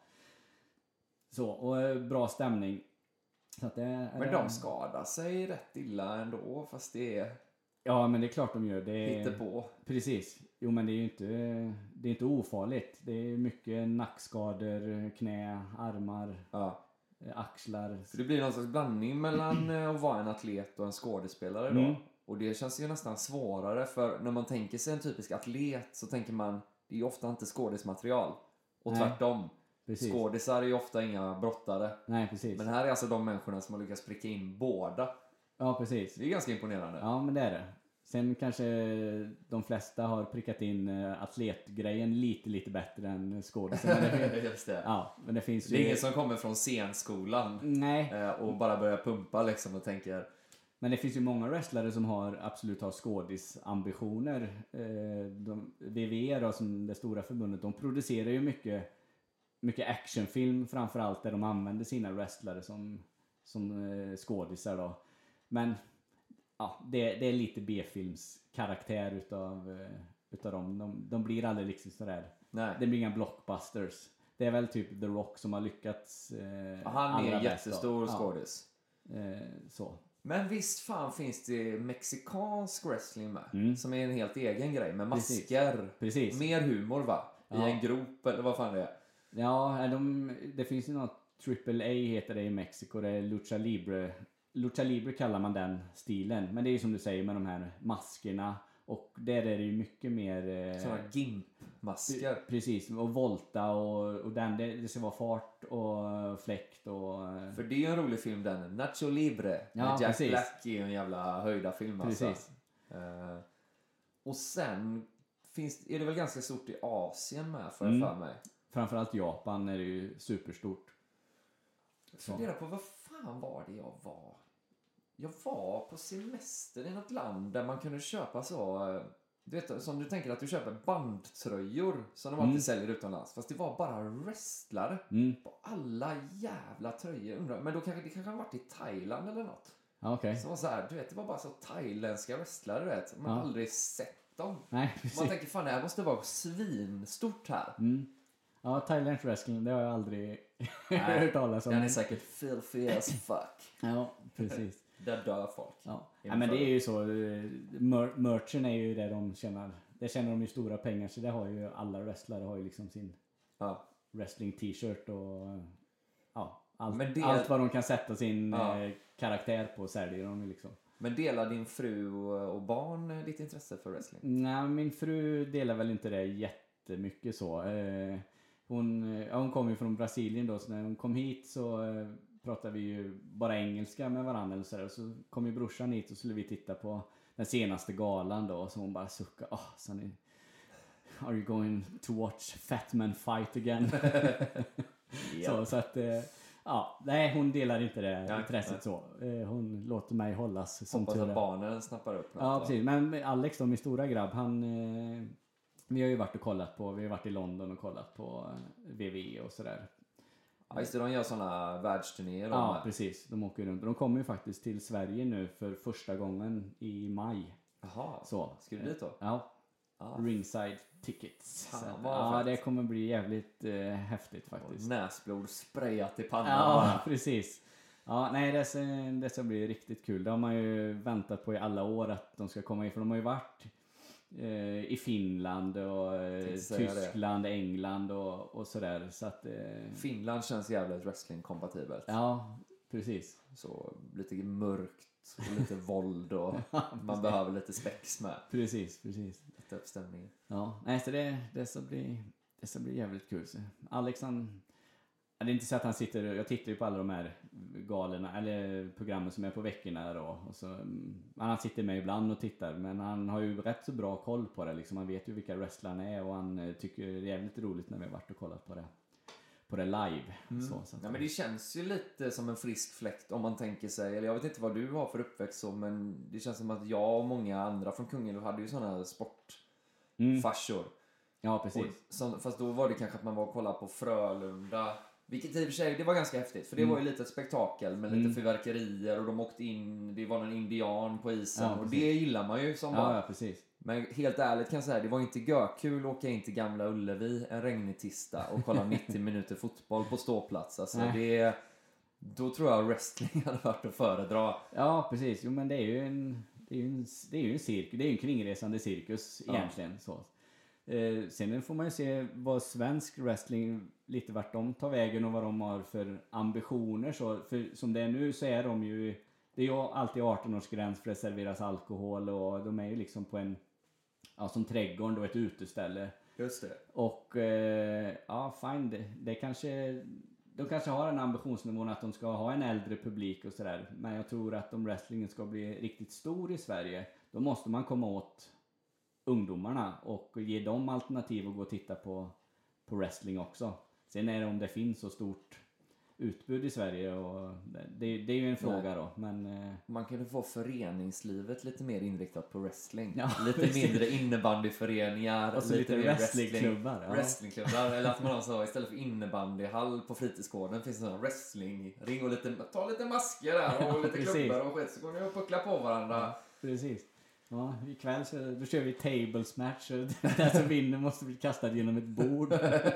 Så, och eh, bra stämning. Så att det, är- Men de skadar sig rätt illa ändå, fast det är Ja, men det är klart de gör det. hittepå. Precis. Jo, men det är ju inte, det är inte ofarligt. Det är mycket nackskador, knä, armar, Ja. eh, axlar. Så det blir någon slags blandning mellan eh, att vara en atlet och en skådespelare då. Mm. Och det känns ju nästan svårare, för när man tänker sig en typisk atlet så tänker man, det är ju ofta inte skådismaterial. Och Nej. tvärtom. Precis. Skådisar är ju ofta inga brottare. Nej, precis. Men här är alltså de människorna som har lyckats pricka in båda. Ja, precis. Det är ganska imponerande. Ja, men det är det. Sen kanske de flesta har prickat in eh, atletgrejen lite, lite bättre än skådisen. Men det, Just det. ja, men det finns Det är ju... ingen som kommer från scenskolan Nej, eh, och bara börjar pumpa liksom och tänker, men det finns ju många wrestlare som har absolut har skådisambitioner. Eh, de, V V E då, som det stora förbundet, de producerar ju mycket, mycket actionfilm framförallt, där de använder sina wrestlare som, som eh, skådisar då. Men ja, det, det är lite B-filmskaraktär utav, eh, utav dem. De, de blir aldrig liksom sådär. nej. Det blir inga blockbusters. Det är väl typ The Rock som har lyckats eh, Han är allra en bäst då. jättestor Ja, skådis. eh, så. Men visst fan finns det mexikansk wrestling med. Mm. Som är en helt egen grej med Precis. masker. Precis. Mer humor va? I Ja. en grop eller vad fan det är. Ja, de, det finns ju något triple A heter det i Mexiko. Det är Lucha Libre. Lucha Libre kallar man den stilen. Men det är ju som du säger med de här maskerna. Och där är det ju mycket mer... Eh, Sådana gimp-masker. Precis, och volta och, och den, det, det ska vara fart och fläkt och... eh, För det är ju en rolig film den. Nacho Libre. Ja, med Jack precis. Black är ju en jävla höjda film alltså. Precis. Eh, och sen finns, är det väl ganska stort i Asien med för, Mm. för mig. Framförallt Japan är det ju superstort. Jag funderar på vad fan var det jag var? Jag var på semester i något land där man kunde köpa så... eh, Du vet, som du tänker att du köper bandtröjor som de alltid Mm. säljer utomlands. Fast det var bara wrestlare Mm. på alla jävla tröjor. Undrar, men då kanske det kanske har varit i Thailand eller något. Ja, okej. Som var så här, du vet, det var bara så thailändska wrestlare, du vet. Man har Ja. aldrig sett dem. Nej, Man precis. tänker, fan det här måste vara svinstort här. Mm. Ja, Thailands wrestling, det har jag aldrig Nej, hört talas om. Den är säkert filthy as fuck. Ja, precis. Där dör folk. Ja. Ja, men det är ju så. eh, Mer- merchen är ju det de tjänar. Det tjänar de ju stora pengar, så det har ju alla wrestlare har ju liksom sin Ja. wrestling t-shirt och ja, allt, Men det- allt vad de kan sätta sin Ja. eh, karaktär på säljer de ju liksom. Men delar din fru och barn ditt intresse för wrestling? Nej, min fru delar väl inte det jättemycket så. Eh, hon, ja, hon kom ju från Brasilien då, så när hon kom hit så eh, pratade vi ju bara engelska med varandra eller så där. Så kom ju brorsan hit och skulle vi titta på den senaste galan då, så hon bara suckade. Oh, Sonny, are you going to watch Fat Man fight again? så, så att, eh, ja, nej, hon delar inte det Ja, intresset så. Eh, hon låter mig hållas som Hoppas tur att är. barnen snappar upp något. Ja, va? precis. Men Alex då, min stora grabb, han... Eh, vi har ju varit och kollat på... Vi har varit i London och kollat på eh, V V E och sådär. Ja, just det, de gör såna världsturnéer. de Ja, med. precis. De åker ju runt. Och de kommer ju faktiskt till Sverige nu för första gången i maj. Jaha, Så. ska du dit då? Ja. Ja. ringside tickets. Fan, Så att, vad ja, fett. det kommer bli jävligt eh, häftigt faktiskt. Och näsblod sprayat i pannan Ja, bara. precis. Ja, nej, det ska, det ska bli riktigt kul. Det har man ju väntat på i alla år att de ska komma in. För de har ju varit eh, i Finland och eh, Tänkte säga det. Tyskland, England och, och sådär. Så att, eh, Finland känns jävligt wrestling-kompatibelt. ja, precis. Så lite mörkt och lite våld och man behöver lite spex med. Precis, precis. Lite upp stämningen. Ja, nej, så det, det, ska bli, det ska bli jävligt kul. Så Alex, han, det är inte så att han sitter, jag tittar ju på alla de här galerna, eller programmen som är på veckorna då. Och så, han sitter med ibland och tittar, men han har ju rätt så bra koll på det. Liksom. Han vet ju vilka wrestlarna är och han tycker det är jävligt roligt när vi har varit och kollat på det. På det live. Mm. Så, så att, Ja, men det känns ju lite som en frisk fläkt om man tänker sig, eller jag vet inte vad du har för uppväxt så, men det känns som att jag och många andra från Kungälv hade ju sådana här sportfarsor. mm. Ja, precis. Och, som, fast då var det kanske att man var och kollade på Frölunda, vilket i och för sig, det var ganska häftigt, för det Mm. var ju lite ett spektakel med Mm. lite fyrverkerier och de åkte in, det var en indian på isen Ja, och precis. det gillar man ju som Ja, barn. ja, precis. Men helt ärligt kan jag säga, det var inte görkul att åka in till Gamla Ullevi en regnig tisdag och kolla nittio minuter fotboll på ståplats. Alltså Nej. det, då tror jag wrestling hade varit att föredra. Ja, precis. Jo, men det är ju en, det är ju en, det är ju en cirkus, det är ju en kringresande cirkus Ja. egentligen. Så. Eh, sen får man ju se vad svensk wrestling, lite vart de tar vägen och vad de har för ambitioner. Så, för som det är nu så är de ju, det är ju alltid arton-årsgräns för att serveras alkohol och de är ju liksom på en, ja, som trädgården då, ett uteställe. Just det. Och eh, ja, fine, det, det kanske, de kanske har en ambitionsnivå att de ska ha en äldre publik och sådär. Men jag tror att om wrestlingen ska bli riktigt stor i Sverige, då måste man komma åt ungdomarna och ge dem alternativ att gå och titta på, på wrestling också. Sen är det om det finns så stort utbud i Sverige och det, det är ju en fråga då, men eh, Man kunde få föreningslivet lite mer inriktat på wrestling. Ja, lite precis. mindre innebandyföreningar. och så lite mer wrestlingklubbar. Ja. Wrestlingklubbar, eller att man sa istället för innebandyhall på fritidsgården finns det en wrestlingring och lite, ta lite masker där och lite Precis. klubbar och skit, så går ni och puckla på varandra. Precis. Ja, ikväll så då kör vi tables match och den som vinner måste bli kastad genom ett bord.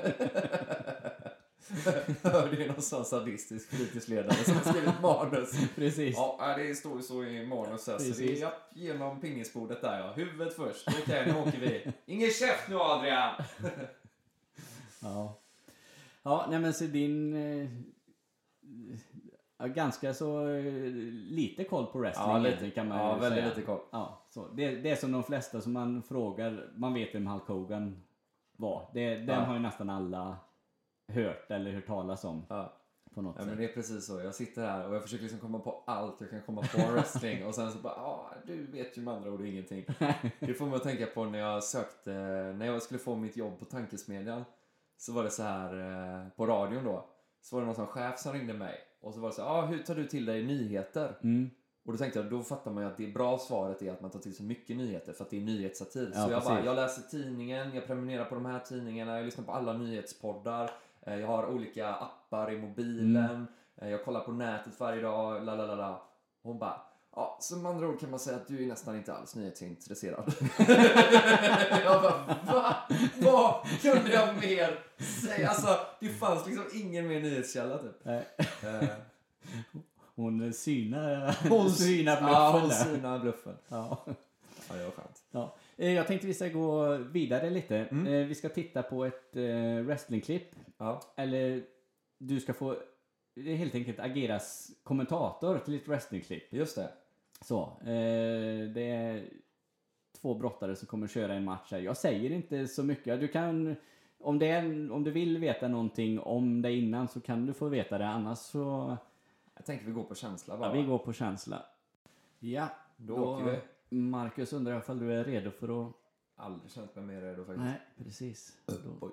Det är någon sån sadistisk fritidsledare som har skrivit manus. Precis. Ja, det står ju så i manus här, så det Precis. är japp, genom pingisbordet där, ja. Huvudet först. Okej, nu åker vi. Ingen käft nu, Adrian! Ja. Ja, nej men så din eh, ja, ganska så eh, lite koll på wrestling Ja, egentligen, lite, kan man ja ju väldigt säga. lite koll. Ja, så det, det är som de flesta som man frågar, man vet vem Hulk Hogan var. Det, den Ja. har ju nästan alla hört eller hört talas om Ja. på något Ja, sätt. men det är precis så. Jag sitter här och jag försöker liksom komma på allt jag kan komma på om wrestling. Och sen så bara, ja, du vet ju med andra ord ingenting. Det får mig att tänka på när jag sökte, när jag skulle få mitt jobb på Tankesmedjan. Så var det så här eh, på radion då. Så var det någon sån chef som ringde mig. Och så var det så här, ja, hur tar du till dig nyheter? Mm. Och då tänkte jag, då fattar man ju att det bra svaret är att man tar till sig mycket nyheter för att det är nyhetssatir. Ja, så jag precis. bara, jag läser tidningen, jag prenumererar på de här tidningarna, jag lyssnar på alla nyhetspoddar, eh, jag har olika appar i mobilen, Mm. eh, jag kollar på nätet varje dag, la la la la. Och hon bara, ja, så med andra ord kan man säga att du är nästan inte alls nyhetsintresserad. Jag bara, va? Vad kunde jag mer säga? Alltså, det fanns liksom ingen mer nyhetskälla typ. Nej. Eh, Hon synar, Hon synar bluffen Ja, hon där. synar bluffen. Ja. Ja, det var skönt. Ja. Eh, Jag tänkte vi ska gå vidare lite. Mm. Eh, Vi ska titta på ett eh, wrestlingklipp. Ja. Eller du ska få det är helt enkelt ageras kommentator till ett wrestlingklipp. Just det. Så, eh, det är två brottare som kommer köra en match här. Jag säger inte så mycket. Du kan, om, det är, om du vill veta någonting om det innan så kan du få veta det. Annars så, Jag tänker vi går på känsla bara. ja, vi går på känsla. Ja, Då åker vi. Marcus, undrar jag ifall du är redo för att... Aldrig känt mig mer redo faktiskt. Nej, precis. Då Oj.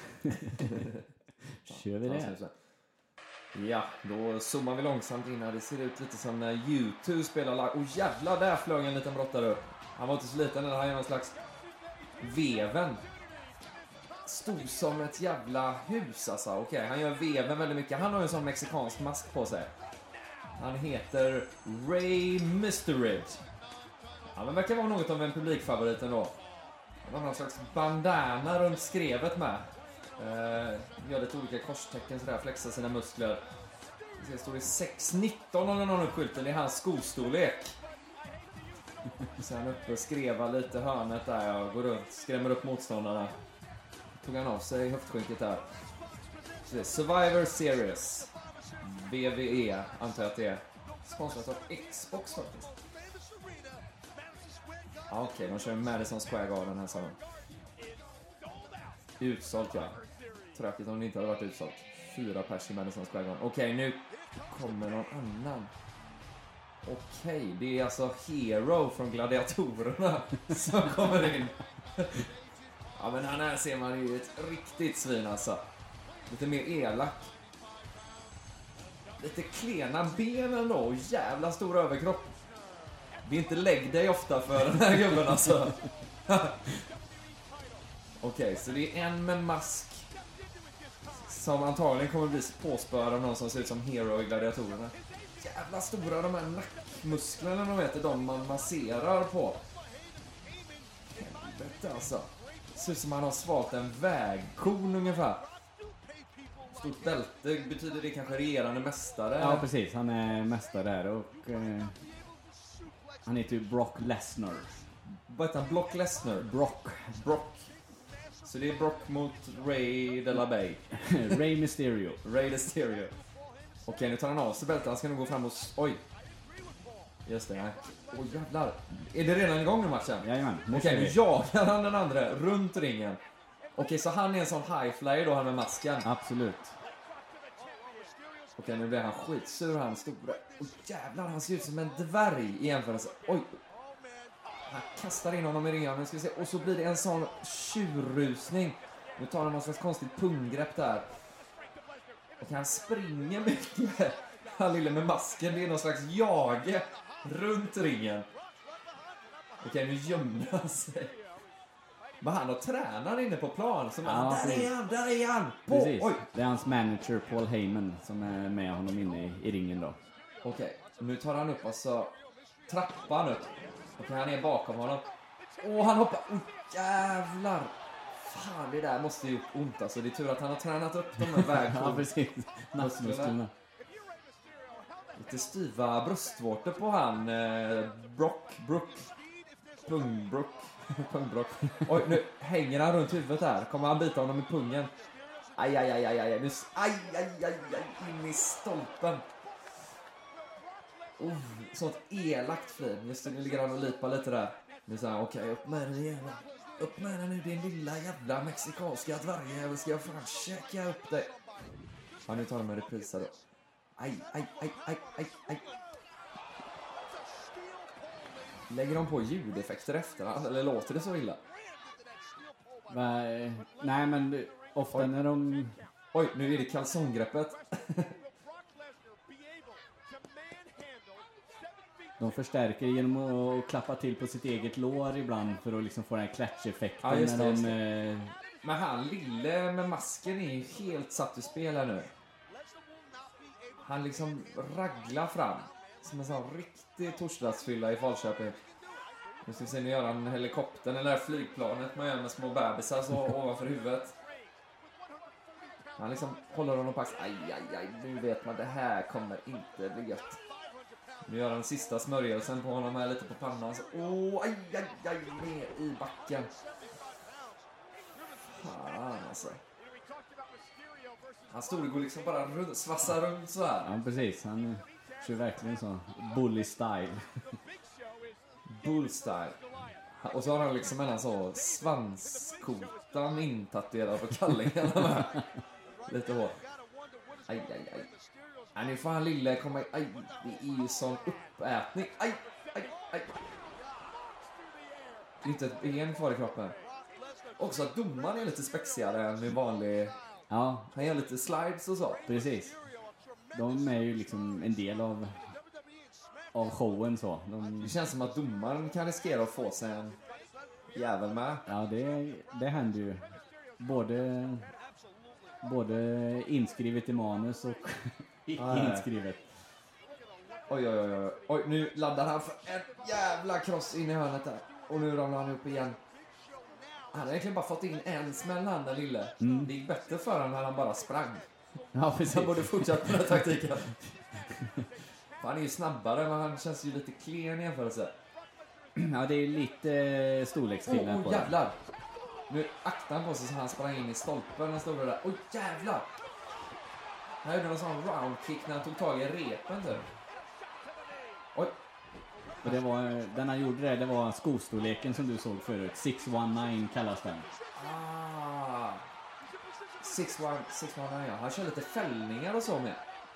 kör vi Ta en det. snus där. Ja, då zoomar vi långsamt in här. Det ser ut lite som när U två spelar live. Åh oh, jävlar, där flög en liten brottare upp. Han var inte så liten, han är någon slags veven. Stor som ett jävla hus alltså. Okej, okay, han gör veven väldigt mycket. Han har en sån mexikansk mask på sig. Han heter Ray Mysteridge. Ja, men verkar vara något av en publikfavorit ändå. Han har någon slags bandana runt skrevet med. Eh, gör lite olika korstecken sådär, flexar sina muskler. Det står det sex nitton om någon skylten, det är hans skostorlek. Så han uppe och skrevar lite hörnet där, jag går runt, skrämmer upp motståndarna. Tog han av sig höftskynket där. Så det är Survivor Series. V V E, antar jag att det är. Sponsrat av Xbox faktiskt. Ja, okej, okay, de kör Madison Square Garden här samman. Utsålt, ja. Tråkigt om det inte hade varit utsålt. Fyra pers i Madison Square Garden. Okej, okay, nu kommer någon annan. Okej, okay, det är alltså Hero från Gladiatorerna som kommer in. Ja, men han här ser man ju ett riktigt svin alltså. Lite mer elak. Lite klena ben ändå och jävla stor överkropp. Det är inte lägg dig ofta för den här gubben alltså. Okej, okay, så det är en med mask som antagligen kommer bli påspörd av någon som ser ut som Hero i Gladiatorerna. Jävla stora de här nackmusklerna, de vet, de man masserar på. Helvete alltså. Det ser ut som man har svalt en vägkorn ungefär. Stort bälte, betyder det kanske regerande mästare? Ja, precis. Han är mästare där och eh, han heter ju Brock Lesnar. Vad heter han? Brock Lesnar? Brock. Brock. Så det är Brock mot Ray de la Bay. Ray Mysterio. Ray Mysterio. Okej, nu tar han av sig bältet. Han ska nog gå fram och... Oj. Just det, nej. Oj, jävlar. Är det redan igång i matchen? Jajamän. Okej, nu jagar han den andra runt ringen. Okej, så han är en sån high flyer då, han med masken. Absolut. Okej, nu blir han skitsur, han stora. Oj, jävlar, han ser ut som en dvärg i jämförelse. Oj. Han kastar in honom i ringen, nu ska vi se. Och så blir det en sån tjurrusning. Nu tar han någon slags konstigt punggrepp där. Och han springer mycket. Han lille med masken, det är någon slags jage runt ringen. Okej, nu gömmer han sig. Men han har tränare inne på plan. Som ja, han, där är han, där är han. På. Precis. Oj. Det är hans manager Paul Heyman som är med honom inne i, i ringen då. Okej, nu tar han upp alltså trappan upp. Okej, han är bakom honom. Åh, han hoppar. Åh, jävlar. Fan, det där måste ju gjort ont alltså. Det är tur att han har tränat upp de här vägkorn. Ja, precis. Nassmusklerna. Lite styva bröstvårtor på han. Eh, Brock, Brook. Pungbrook. Pungbrock. Oj, nu hänger han runt huvudet där. Kommer han bita honom i pungen? Aj, aj, aj, aj, aj. Nu, aj, aj, aj, aj. In i stolpen. Oh, sånt elakt flin. Just det, nu ligger han och lipar lite där. Nu säger han, okej, okay, upp med den igen. Upp med den nu, din lilla jävla mexikanska dvärgjävel. Ska jag fan käka upp dig? Ja, nu tar de en reprisa då. Aj, aj, aj, aj, aj, aj. Lägger de på ljudeffekter efter? Eller låter det så illa? Va, nej, men det, ofta Oj. när de... Oj, nu är det kalsonggreppet. De förstärker genom att klappa till på sitt eget lår ibland för att liksom få den här klatscheffekten. Ja, just det, när just de, det. Eh... Men han lille med masken är ju helt satt i spel här nu. Han liksom raglar fram. Som en sån riktig torsdagsfylla i Falköping. Nu ska vi se, nu gör han helikoptern eller flygplanet man gör med små bebisar så ovanför huvudet. Han liksom håller honom på axeln. Aj, aj, aj, nu vet man, det här kommer inte bli gött. Nu gör han sista smörjelsen på honom här lite på pannan. Så, åh, aj, aj, aj, ner i backen. Fan alltså. Han stod och liksom bara runt, svassar runt så här. Ja, precis. Han kör verkligen så. Bully style. Bull style. Och så har han liksom en så svanskotan intatuerad på kallingarna. Lite hårt. Aj, aj, aj. Nej, nu får han lille komma... Aj, det är ju sån uppätning. Aj, aj, aj. Det är inte ett ben kvar i kroppen. Också att domaren är lite spexigare än med vanlig... Ja. Han gör lite slides och så. Precis. De är ju liksom en del av av showen så. De... Det känns som att domaren kan riskera att få sig en jävel med. Ja, det, det händer ju. Både både inskrivet i manus och icke inskrivet. Oj, oj, oj, oj. Oj, nu laddar han för en jävla kross in i hörnet där. Och nu ramlar han upp igen. Han hade egentligen bara fått in en smäll han, den lille. Mm. Det gick bättre för honom när han bara sprang. Ja, precis. Han borde fortsätta med den här taktiken. För han är ju snabbare, men han känns ju lite klen i jämförelse. Ja, det är lite storleksskillnad Åh, oh, på oh, jävlar! Nu aktade han på sig så han sprang in i stolpen. Den stod där. Åh, oh, jävlar! Han gjorde någon sån roundkick när han tog tag i repen typ. Oj! Och det var, den han gjorde det, det var skostorleken som du såg förut. sex nio kallas den. Ah! sex nio, ja. Han kör lite fällningar och så med.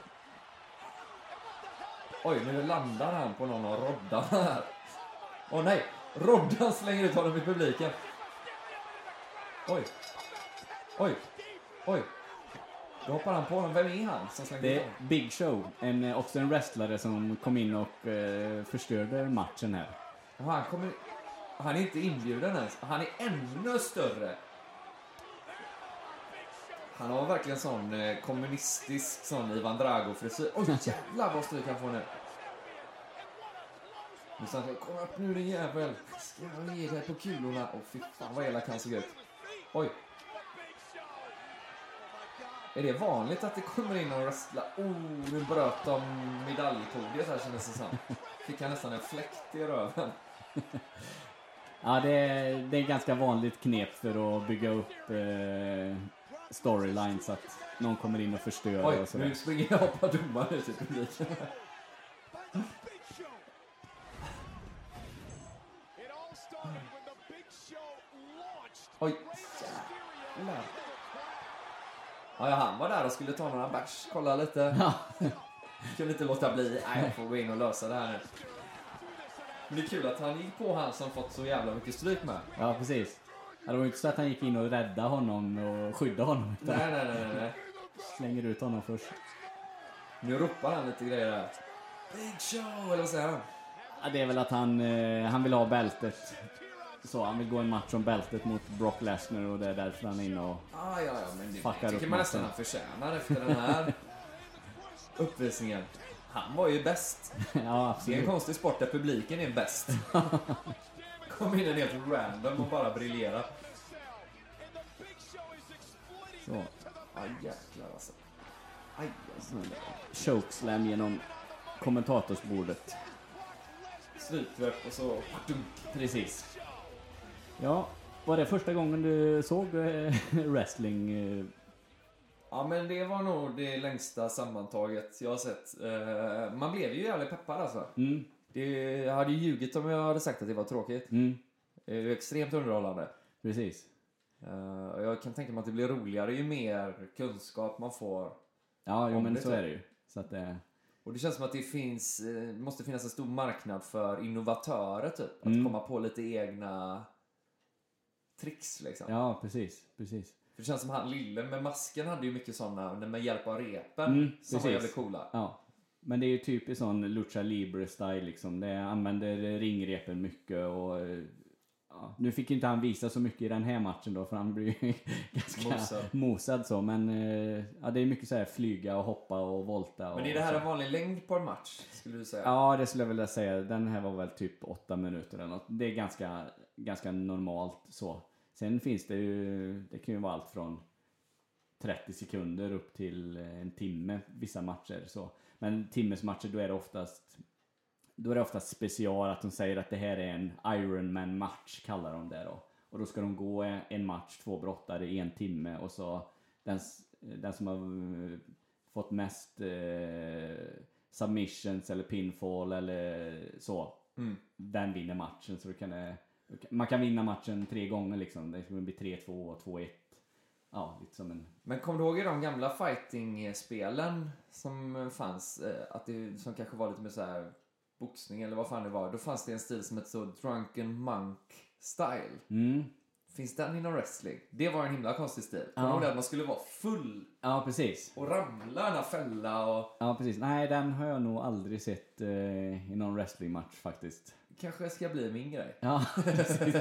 Oj, nu landar han på någon av roddarna här. Åh oh, nej! Roddan slänger ut honom i publiken. Oj! Oj! Oj! Då hoppar han på honom. Vem är han som slänger Det ut är honom? Big Show, en, också en wrestlare som kom in och eh, förstörde matchen här. Och han kommer... Han är inte inbjuden ens. Han är ännu större. Han har verkligen sån eh, kommunistisk sån Ivan Drago-frisyr. Oj, jävlar vad stryk han får nu. Nu sa han, kom upp nu din jävel. Ska jag ge dig på kulorna? Åh, fy fan vad elak han såg ut. Oj. Är det vanligt att det kommer in och wrestlar? Oh, nu bröt de medaljpodiet här kändes det som. Fick han nästan en fläkt i röven. Ja, det är, det är ganska vanligt knep för att bygga upp eh, storylines, att någon kommer in och förstör. Oj, och sådär. nu springer jag och hoppar domaren ut i publiken. Oj, jävlar. Ja, ja, han var där och skulle ta några bärs, kolla lite. Ja. Kunde inte låta bli. Nej, jag får gå in och lösa det här nu. Men det är kul att han gick på han som fått så jävla mycket stryk med. Ja, precis. Ja, det var ju inte så att han gick in och räddade honom och skyddade honom. Utan Nej, nej, nej, nej. slänger ut honom först. Nu ropar han lite grejer där. Big show, eller vad säger han? Ja, det är väl att han, eh, han vill ha bältet. Så han vill gå en match om bältet mot Brock Lesnar, och det är därför han är inne och... Ah, ja, ja, men det Fuckar tycker upp man nästan matchen. han förtjänar efter den här uppvisningen. Han var ju bäst. Ja, Det är en absolut. konstig sport där publiken är bäst. Kom in en helt random och bara briljera. Så. Aj, jäklar alltså. Aj, alltså. Chokeslam genom kommentatorsbordet. Strypträff och så... Precis. Ja, var det första gången du såg eh, wrestling? Eh? Ja, men det var nog det längsta sammantaget jag har sett. Uh, man blev ju jävligt peppad alltså. Mm. Det, jag hade ju ljugit om jag hade sagt att det var tråkigt. Mm. Det är ju extremt underhållande. Precis. Uh, och jag kan tänka mig att det blir roligare ju mer kunskap man får. Ja, jo, Om men det så så. är det ju. Så att det... Och det känns som att det finns, eh, måste finnas en stor marknad för innovatörer typ. Att Mm. komma på lite egna tricks liksom. Ja, precis. Precis. För det känns som han lille med masken hade ju mycket sådana med hjälp av repen Mm, som precis. var jävligt coola. Ja. Men det är ju typiskt sån lucha libre style liksom. Det använder ringrepen mycket och... eh, Ja, nu fick inte han visa så mycket i den här matchen då, för han blir ju ganska Mosad. mosad så. Men eh, ja, det är mycket så här flyga och hoppa och volta. Och, Men är det här så. en vanlig längd på en match, skulle du säga? Ja, det skulle jag vilja säga. Den här var väl typ åtta minuter eller något. Det är ganska, ganska normalt så. Sen finns det ju, det kan ju vara allt från trettio sekunder upp till en timme vissa matcher så. Men timmesmatcher, då är det oftast då är det oftast special, att de säger att det här är en Ironman match, kallar de det då. Och då ska de gå en match, två brottare i en timme, och så den, den som har eh, fått mest eh, submissions eller pinfall eller så, Mm. den vinner matchen. Så då kan det, man kan vinna matchen tre gånger liksom. Det kommer bli tre två och två ett. Ja, lite som en... Men kommer du ihåg i de gamla fighting-spelen som fanns, eh, att det, som kanske var lite mer så här boxning eller vad fan det var, då fanns det en stil som hette så Drunken Monk Style. Mm. Finns den inom wrestling? Det var en himla konstig stil. Ja. Kommer du ihåg att man skulle vara full Ja, precis. och ramla i den här fälla och Ja, precis. Nej, den har jag nog aldrig sett eh, i någon wrestlingmatch faktiskt. kanske ska bli min grej. Ja, precis.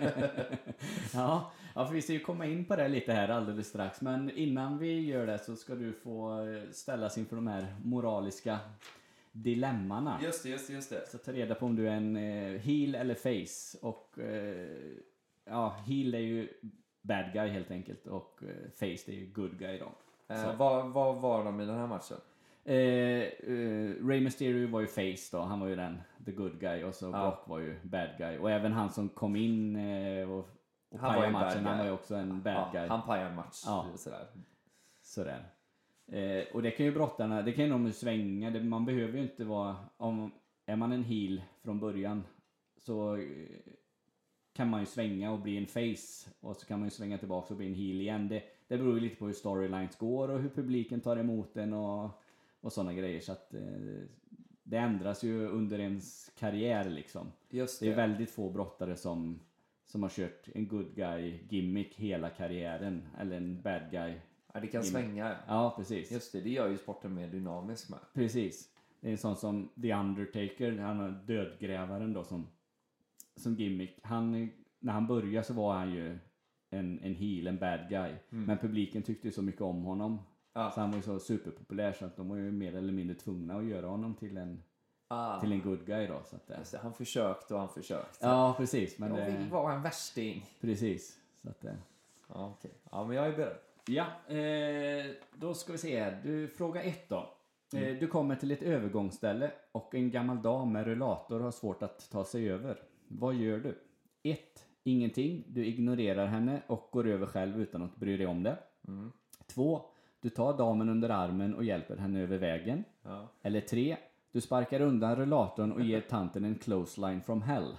ja, ja, för vi ska ju komma in på det lite här alldeles strax. Men innan vi gör det så ska du få ställas inför de här moraliska dilemmana. Just det, just det, just det. Så ta reda på om du är en eh, heel eller face. Och eh, ja, heel är ju bad guy helt enkelt och eh, face är ju good guy då. Eh, vad, vad var de i den här matchen? Eh, eh, Rey Mysterio var ju face då, han var ju den the good guy och så Ja. Brock var ju bad guy och även han som kom in eh, och, och Han var pajade ju bad matchen, han guy. var ju också en bad Ja, guy. han pajade en match. Ja. Sådär. Sådär. Eh, och det kan ju brottarna, det kan ju de svänga, det, man behöver ju inte vara, om är man en heel från början så eh, kan man ju svänga och bli en face och så kan man ju svänga tillbaka och bli en heel igen. Det, det beror ju lite på hur storylines går och hur publiken tar emot den och, och sådana grejer så att eh, det ändras ju under ens karriär liksom. Just Det det. är väldigt få brottare som, som har kört en good guy gimmick hela karriären eller en bad guy. Ja, det kan Gimmick. svänga. Ja, precis. Just det, det gör ju sporten mer dynamisk med. Precis. Det är en sån som The Undertaker, han är dödgrävaren då som, som gimmick. Han, när han började så var han ju en, en heel, en bad guy. Men publiken tyckte ju så mycket om honom. Ja. Så han var ju så superpopulär så att de var ju mer eller mindre tvungna att göra honom till en, Ah. till en good guy då. Så att det, Just det, han försökte och han försökte. ja, precis. Men Jag vill det, vara en värsting. precis. Så att det, Ja, okej. Ja, men jag är beredd. ja, eh, då ska vi se här. Du, fråga ett då. Eh, du kommer till ett övergångsställe och en gammal dam med rullator har svårt att ta sig över. Vad gör du? ett. Ingenting. Du ignorerar henne och går över själv utan att bry dig om det. två. Du tar damen under armen och hjälper henne över vägen. Ja. Eller tre. Du sparkar undan rullatorn och ger tanten en clothesline from hell.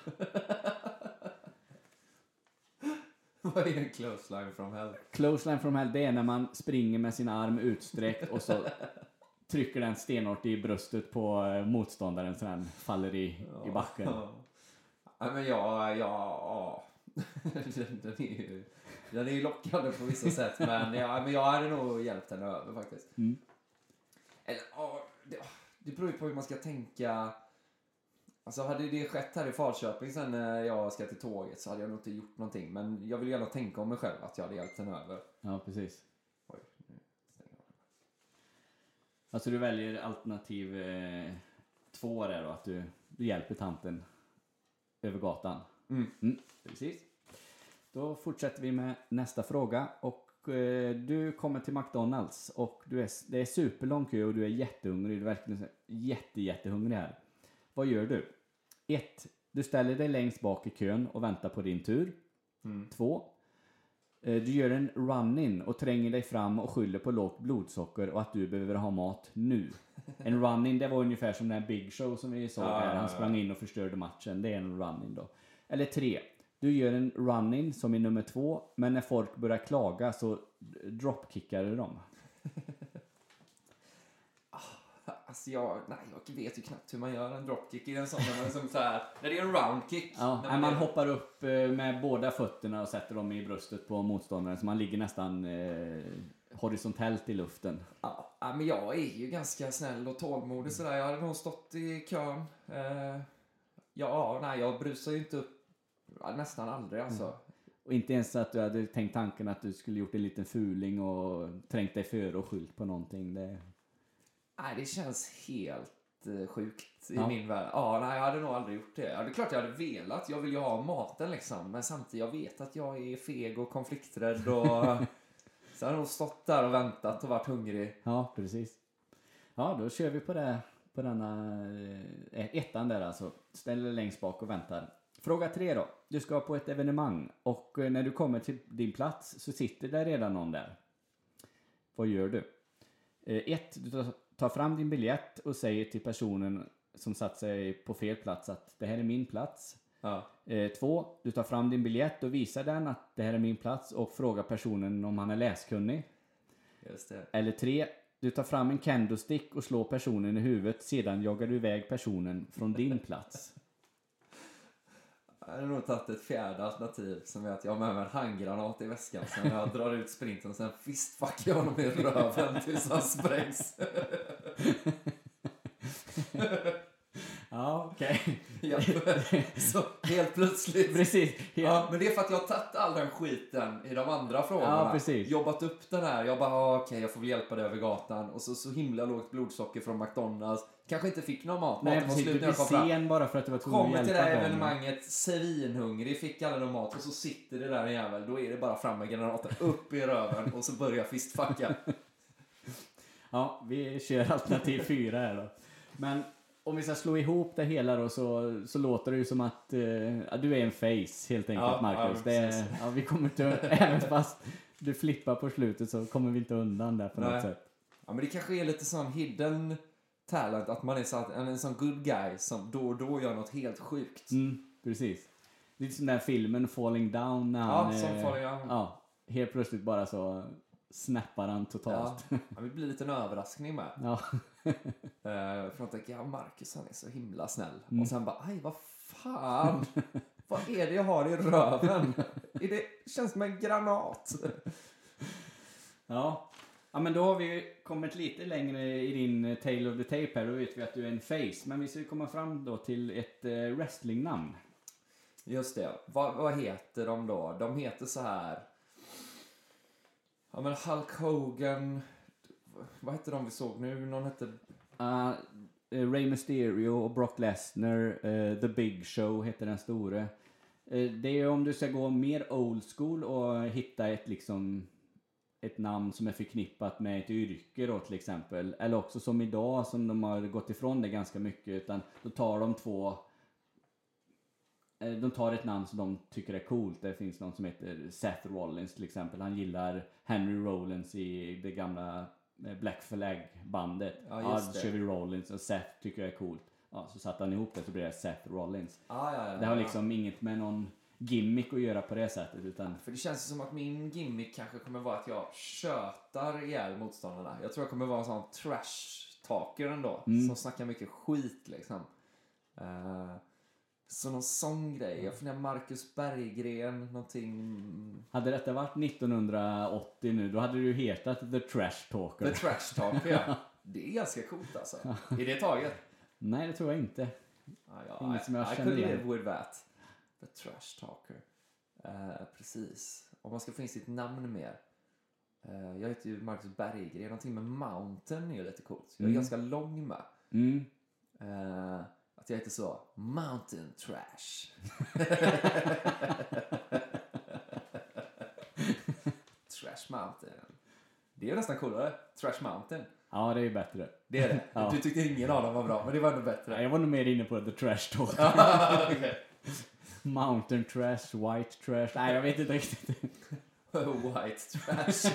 Vad är en close line from hell? Clothesline from hell, det är när man springer med sin arm utsträckt och så trycker den stenhårt i bröstet på eh, motståndaren så den faller i, i backen. Ja. Ja, men jag, ja, den, den är ju, den är ju lockande på vissa sätt, men, ja, men jag hade nog hjälpt henne över faktiskt. Mm. Eller, ja, det, det beror ju på hur man ska tänka. Alltså hade det skett här i Falköping sen när jag ska till tåget så hade jag nog inte gjort någonting, men jag vill gärna tänka om mig själv att jag hade hjälpt henne över. Ja, precis. Oj, nu stänger jag. Alltså du väljer alternativ eh, två där då, att du, du hjälper tanten över gatan. Mm. Mm, precis. Då fortsätter vi med nästa fråga och eh, du kommer till McDonalds och du är, det är superlång kö och du är jättehungrig, du är verkligen jätte, jättehungrig här. Vad gör du? ett. Du ställer dig längst bak i kön och väntar på din tur. två. Du gör en run-in och tränger dig fram och skyller på lågt blodsocker och att du behöver ha mat nu. En run-in, det var ungefär som den Big Show som vi såg Ja, här. ja, Han ja. sprang in och förstörde matchen. Det är en run-in då. Eller tre. Du gör en run-in som i nummer två, men när folk börjar klaga så dropkickar du dem. Alltså jag, nej, jag vet ju knappt hur man gör en dropkick i en sån, men som så här, när det är en roundkick. Ja, när man, man är- hoppar upp eh, med båda fötterna och sätter dem i bröstet på motståndaren så man ligger nästan eh, horisontellt i luften. Ja, ja, men jag är ju ganska snäll och tålmodig sådär. Jag hade nog stått i kön. Eh, ja, nej, jag brusar ju inte upp ja, nästan aldrig alltså. Och inte ens att du hade tänkt tanken att du skulle gjort en liten fuling och trängt dig före och skylt på någonting. Det... Nej, det känns helt eh, sjukt i Ja. min värld. Ja, nej, jag hade nog aldrig gjort det. Ja, det är klart jag hade velat. Jag vill ju ha maten liksom. Men samtidigt, jag vet att jag är feg och konflikträdd och så jag hade nog stått där och väntat och varit hungrig. Ja, precis. Ja, då kör vi på det på denna eh, ettan där alltså. Ställer dig längst bak och väntar. Fråga tre då. Du ska på ett evenemang och eh, när du kommer till din plats så sitter det redan någon där. Vad gör du? Eh, ett, du tar, tar fram din biljett och säger till personen som satt sig på fel plats att det här är min plats. Ja. Eh, två, du tar fram din biljett och visar den att det här är min plats och frågar personen om han är läskunnig. Just det. Eller tre, du tar fram en candlestick och slår personen i huvudet, sedan jagar du iväg personen från din plats. Jag hade nog tagit ett fjärde alternativ som är att jag har med mig en handgranat i väskan. Sen jag drar ut sprinten och sen fistfuckar jag honom i röven tills han sprängs. Ja, Ja, okej. Ja, så helt plötsligt. Precis. Ja, men det är för att jag har tagit all den skiten i de andra frågorna. Ja, precis. Jobbat upp den här. Jag bara, ah, okej, okay, jag får väl hjälpa dig över gatan. Och så, så himla lågt blodsocker från McDonalds. Kanske inte fick någon mat. Nej, Maten var precis. slut Du när blir jag kom fram. sen bara för att du var tvungen att Kommer hjälpa till det här dem. evenemanget, svinhungrig, fick alla någon mat och så sitter det där en jävel. Då är det bara fram med granaten, upp i röven och så börjar fistfucka. Ja, vi kör alternativ fyra här då. Men om vi ska slå ihop det hela då så, så låter det ju som att eh, ja, du är en face helt enkelt, Ja, Marcus. ja, det är, ja, vi kommer inte, även fast du flippar på slutet så kommer vi inte undan där på Nej. något sätt. Ja, men det kanske är lite sån hidden talent att man är så, en, en sån good guy som då och då gör något helt sjukt. Mm, precis. Lite som den här filmen Falling Down när Ja, han, som eh, Falling Down. ja, helt plötsligt bara så snappar han totalt. Ja, ja, det blir lite en överraskning med. Ja. Uh, för att tänka, ja, Marcus han är så himla snäll. Mm. Och sen bara, aj vad fan. Vad är det jag har i röven? Är det känns som en granat. Ja. Ja, men då har vi kommit lite längre i din eh, Tale of the Tape här. Då vet vi att du är en face. Men vi ska komma fram då till ett eh, wrestlingnamn. Just det. Vad, vad heter de då? De heter så här. Ja, men Hulk Hogan. Vad heter de vi såg nu? Någon hette... Uh, Rey Mysterio och Brock Lesnar. Uh, The Big Show heter den store. Uh, det är om du ska gå mer old school och hitta ett liksom... ett namn som är förknippat med ett yrke då till exempel. Eller också som idag som de har gått ifrån det ganska mycket. Utan då tar de två... De tar ett namn som de tycker är coolt. Det finns någon som heter Seth Rollins till exempel. Han gillar Henry Rollins i det gamla Black Flag-bandet. Ja, just ja, det. Chevy Rollins och Seth tycker jag är coolt. Ja, så satte han ihop det så blir det Seth Rollins. Ah, ja, ja, Det har ja. liksom inget med någon gimmick att göra på det sättet. Utan... För det känns som att min gimmick kanske kommer vara att jag tjötar ihjäl motståndarna. Jag tror jag kommer vara en sån trash-talker ändå. Mm. Som snackar mycket skit liksom. Uh, så någon sån grej. Jag funderar Marcus Berggren, någonting... Hade detta varit nittonhundraåttio nu, då hade du ju hetat The Trash Talker. The Trash Talker, ja. Det är ganska coolt alltså. Är det taget? Nej, det tror jag inte. Ah, ja, Inget som jag I, I känner could igen. live with that. The Trash Talker. Uh, precis. Om man ska få in sitt namn mer. Uh, jag heter ju Marcus Berggren. Någonting med Mountain är ju lite coolt. Jag är Mm. ganska lång med. Mm. Uh, att jag heter så. Mountain Trash. Trash Mountain. Det är nästan coolare. Trash Mountain. Ja, det är ju bättre. Det är det. Ja. Du tyckte ingen av dem var bra, men det var ändå bättre. Nej, jag var nog mer inne på The Trash Talker. Okay. Mountain Trash, White Trash. Nej, jag vet inte riktigt. White trash.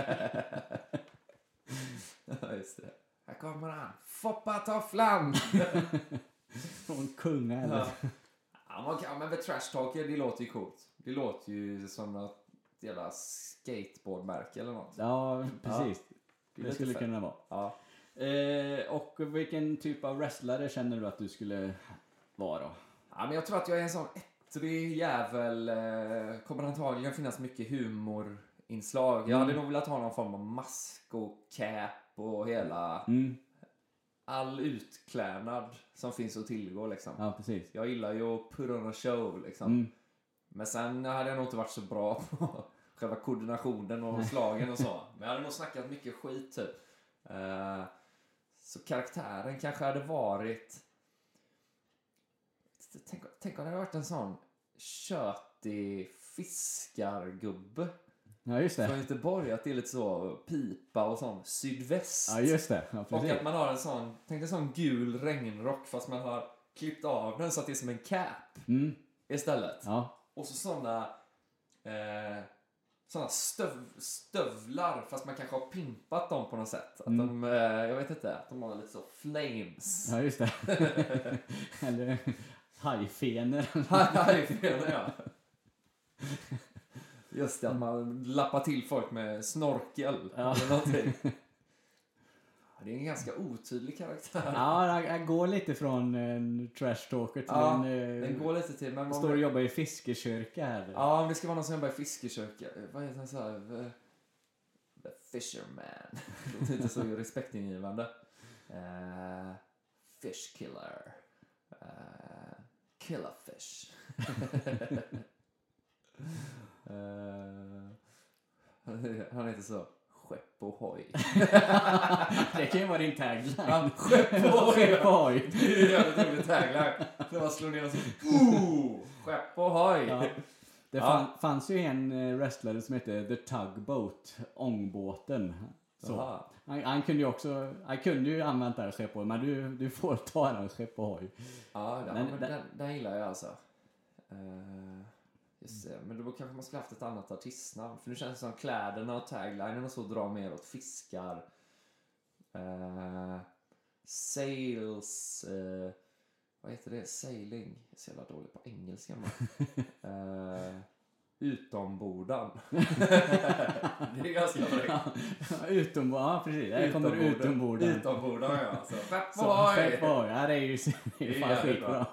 Ja, just det. Här kommer han. Foppa tofflan. Från kunga eller? Ja. Ja, man kan, men med trash talker, det låter ju coolt. Det låter ju som något jävla skateboardmärke eller något. Ja, precis. Det är Det lite skulle fett. kunna vara. Ja. Eh, och vilken typ av wrestlare känner du att du skulle vara då? Ja, men jag tror att jag är en sån ettrig jävel. Eh, kommer antagligen finnas mycket humorinslag. Jag hade nog velat ha någon form av mask och cap och hela... Mm. All utklädnad som finns att tillgå liksom. Ja, precis. Jag gillar ju att put on a show liksom. Mm. Men sen hade jag nog inte varit så bra på själva koordinationen och slagen och så. Men jag hade nog snackat mycket skit typ. Uh, så karaktären kanske hade varit... Tänk, tänk om det hade varit en sån tjötig fiskargubbe Ja, just från det. Göteborg. Att det är lite så pipa och sån sydväst. Ja, just det. Ja, Och precis. att man har en sån, tänk en sån gul regnrock fast man har klippt av den så att det är som en cap Mm. istället. Ja. Och så såna eh, såna stöv, stövlar fast man kanske har pimpat dem på något sätt. Att Mm. de, eh, jag vet inte, att de har lite så flames. Ja, just det. Eller hajfener. Hej, fel, ja. Just det, att man lappar till folk med snorkel Ja. eller någonting. Det är en ganska otydlig karaktär. Ja, jag går lite från en trash talker till Ja, en... eh, Den går lite till, men man står och jobbar i fiskekyrka här. Ja, om det ska vara någon som jobbar i fiskekyrka. Vad heter han så här? The, the Fisherman. Det låter inte så respektingivande. Uh, fish killer. Uh, Killerfish. uh, han heter så. Skepp och hoj. Det kan ju vara din tagline. Ja, skepp och hoj. Skepp och hoj. Det är ju jävligt roligt tagline. Det var slå ner och så. Oh, skepp och hoj. Ja. Det Ja. fann, fanns ju en uh, wrestlare som hette The Tugboat, ångbåten. Så. Han, han kunde ju också, han kunde ju använda det skepp och hoj, men du, du får ta den skepp och hoj. Ja, den, Men men den- den, den gillar jag alltså. Uh, just det. Men då kanske man skulle haft ett annat artistnamn. För nu känns det som kläderna och taglinen och så drar mer åt fiskar. Uh, sales... Uh, vad heter det? Sailing. Jag är så jävla dålig på engelska. uh, utombordan. Det är ganska bra. Utombordan, ja precis. Där kommer utombordan. Utombordan, ja. Alltså, skepp Så, och hoj! skepp och hoj. Ja, det är ju det är Det är fan jävligt skitbra.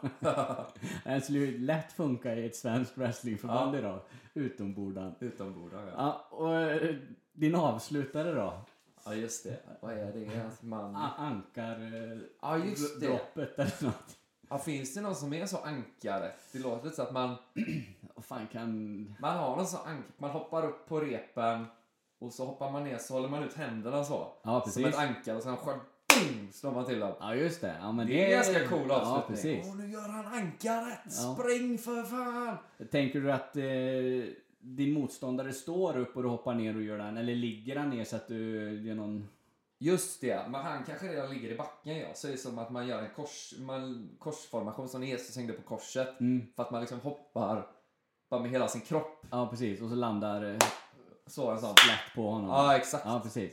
Den skulle ju lätt funka i ett svenskt wrestlingförband Ja. idag. Utombordan. Utombordan, ja. Ja, och eh, din avslutare då? Ja, just det. Vad är det? Att man... A- ankar... eh, Ja, just det. Droppet eller något. Ja, finns det någon som är så ankare? Det låter lite så att man, Vad fan kan... man har någon sån ank... Man hoppar upp på repen och så hoppar man ner så håller man ut händerna så. Ja, Som precis. ett ankare och sen skär, boom, slår man till dem. Ja, just det. Ja, men Det är en ganska cool Ja, avslutning. precis. Åh, nu gör han ankaret! Ja. Spring för fan! Tänker du att eh, din motståndare står upp och du hoppar ner och gör den? Eller ligger han ner så att du gör någon... Just det, men han kanske redan ligger i backen, ja. Så är det som att man gör en kors, man, korsformation som Jesus hängde på korset. Mm. För att man liksom hoppar bara med hela sin kropp. Ja, precis. Och så landar eh, Så en sån. lätt på honom. Ja, exakt. Ja, precis.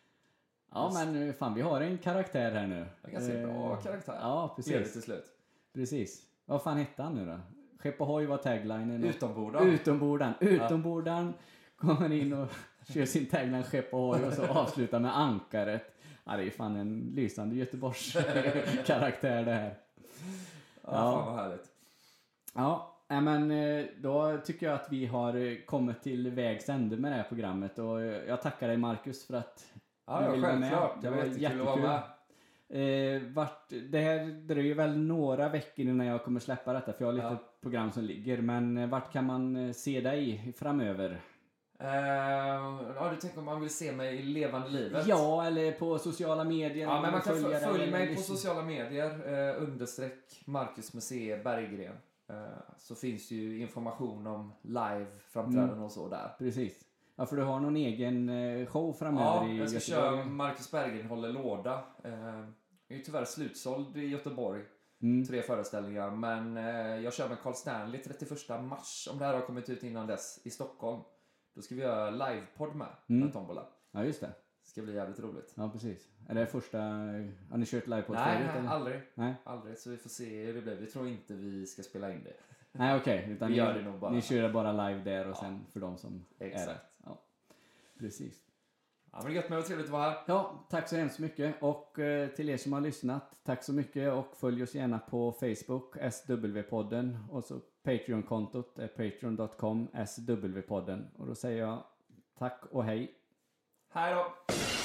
Ja, men eh, fan, vi har en karaktär här nu. En ganska Eh, bra karaktär. Ja, Blev det precis. till slut. Precis. Vad fan hette han nu då? Skepp och hoj var taglinen. Utombordan. Utombordan. Utombordan kommer in och kör sin tagline Skepp och hoj och så avslutar med ankaret. Ja, det är ju fan en lysande Göteborgs karaktär det här. Ja, fan vad härligt. Ja, nej, men eh, då tycker jag att vi har eh, kommit till vägs ände med det här programmet och eh, jag tackar dig Marcus för att Ja, du ja vill vara med. självklart. Det var jättekul att vara med. Eh, vart, det här dröjer väl några veckor innan jag kommer släppa detta för jag har lite Ja. program som ligger. Men eh, vart kan man eh, se dig framöver? Uh, ja, du tänker om man vill se mig i levande livet? Ja, eller på sociala medier. Ja, men man kan följa följa dig följ eller mig på lyssna. sociala medier. Uh, understreck Marcus Museet Berggren. Uh, så finns ju information om live-framträdanden Mm. och så där. Precis. Ja, för du har någon egen eh, show framöver Ja, i jag ska Göteborg. köra Marcus Berggren håller låda. Uh, jag är ju tyvärr slutsåld i Göteborg. Mm. Tre föreställningar. Men uh, jag kör med Carl Stanley trettioförsta mars. Om det här har kommit ut innan dess i Stockholm. Då ska vi göra livepodd med. Mm. Med Tombola. Ja, just det. Det ska bli jävligt roligt. Ja, precis. Är det första... Har ni kört live på Nej, förut, nej, eller? aldrig. Nej, Aldrig. Så vi får se hur det blir. Vi tror inte vi ska spela in det. nej okej. Utan Vi ni, gör det nog bara. ni kör bara live där och Ja. sen för de som är Exakt. där. Ja, precis. Ja, men det är gött med att trevligt att vara här. Ja, tack så hemskt mycket. Och eh, till er som har lyssnat, tack så mycket. Och följ oss gärna på Facebook, S W-podden. Och så Patreon-kontot är patreon dot com S W-podden. Och då säger jag tack och hej. Hej då!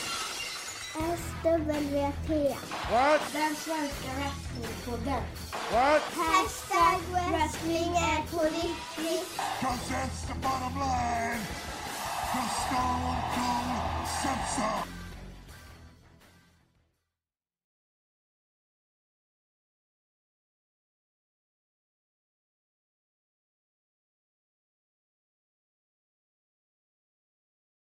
S W P. What? Den svenska wrestlingpodden. What? Hashtag wrestling är på riktigt. Cause that's the bottom line. From Stone Cold Simpson.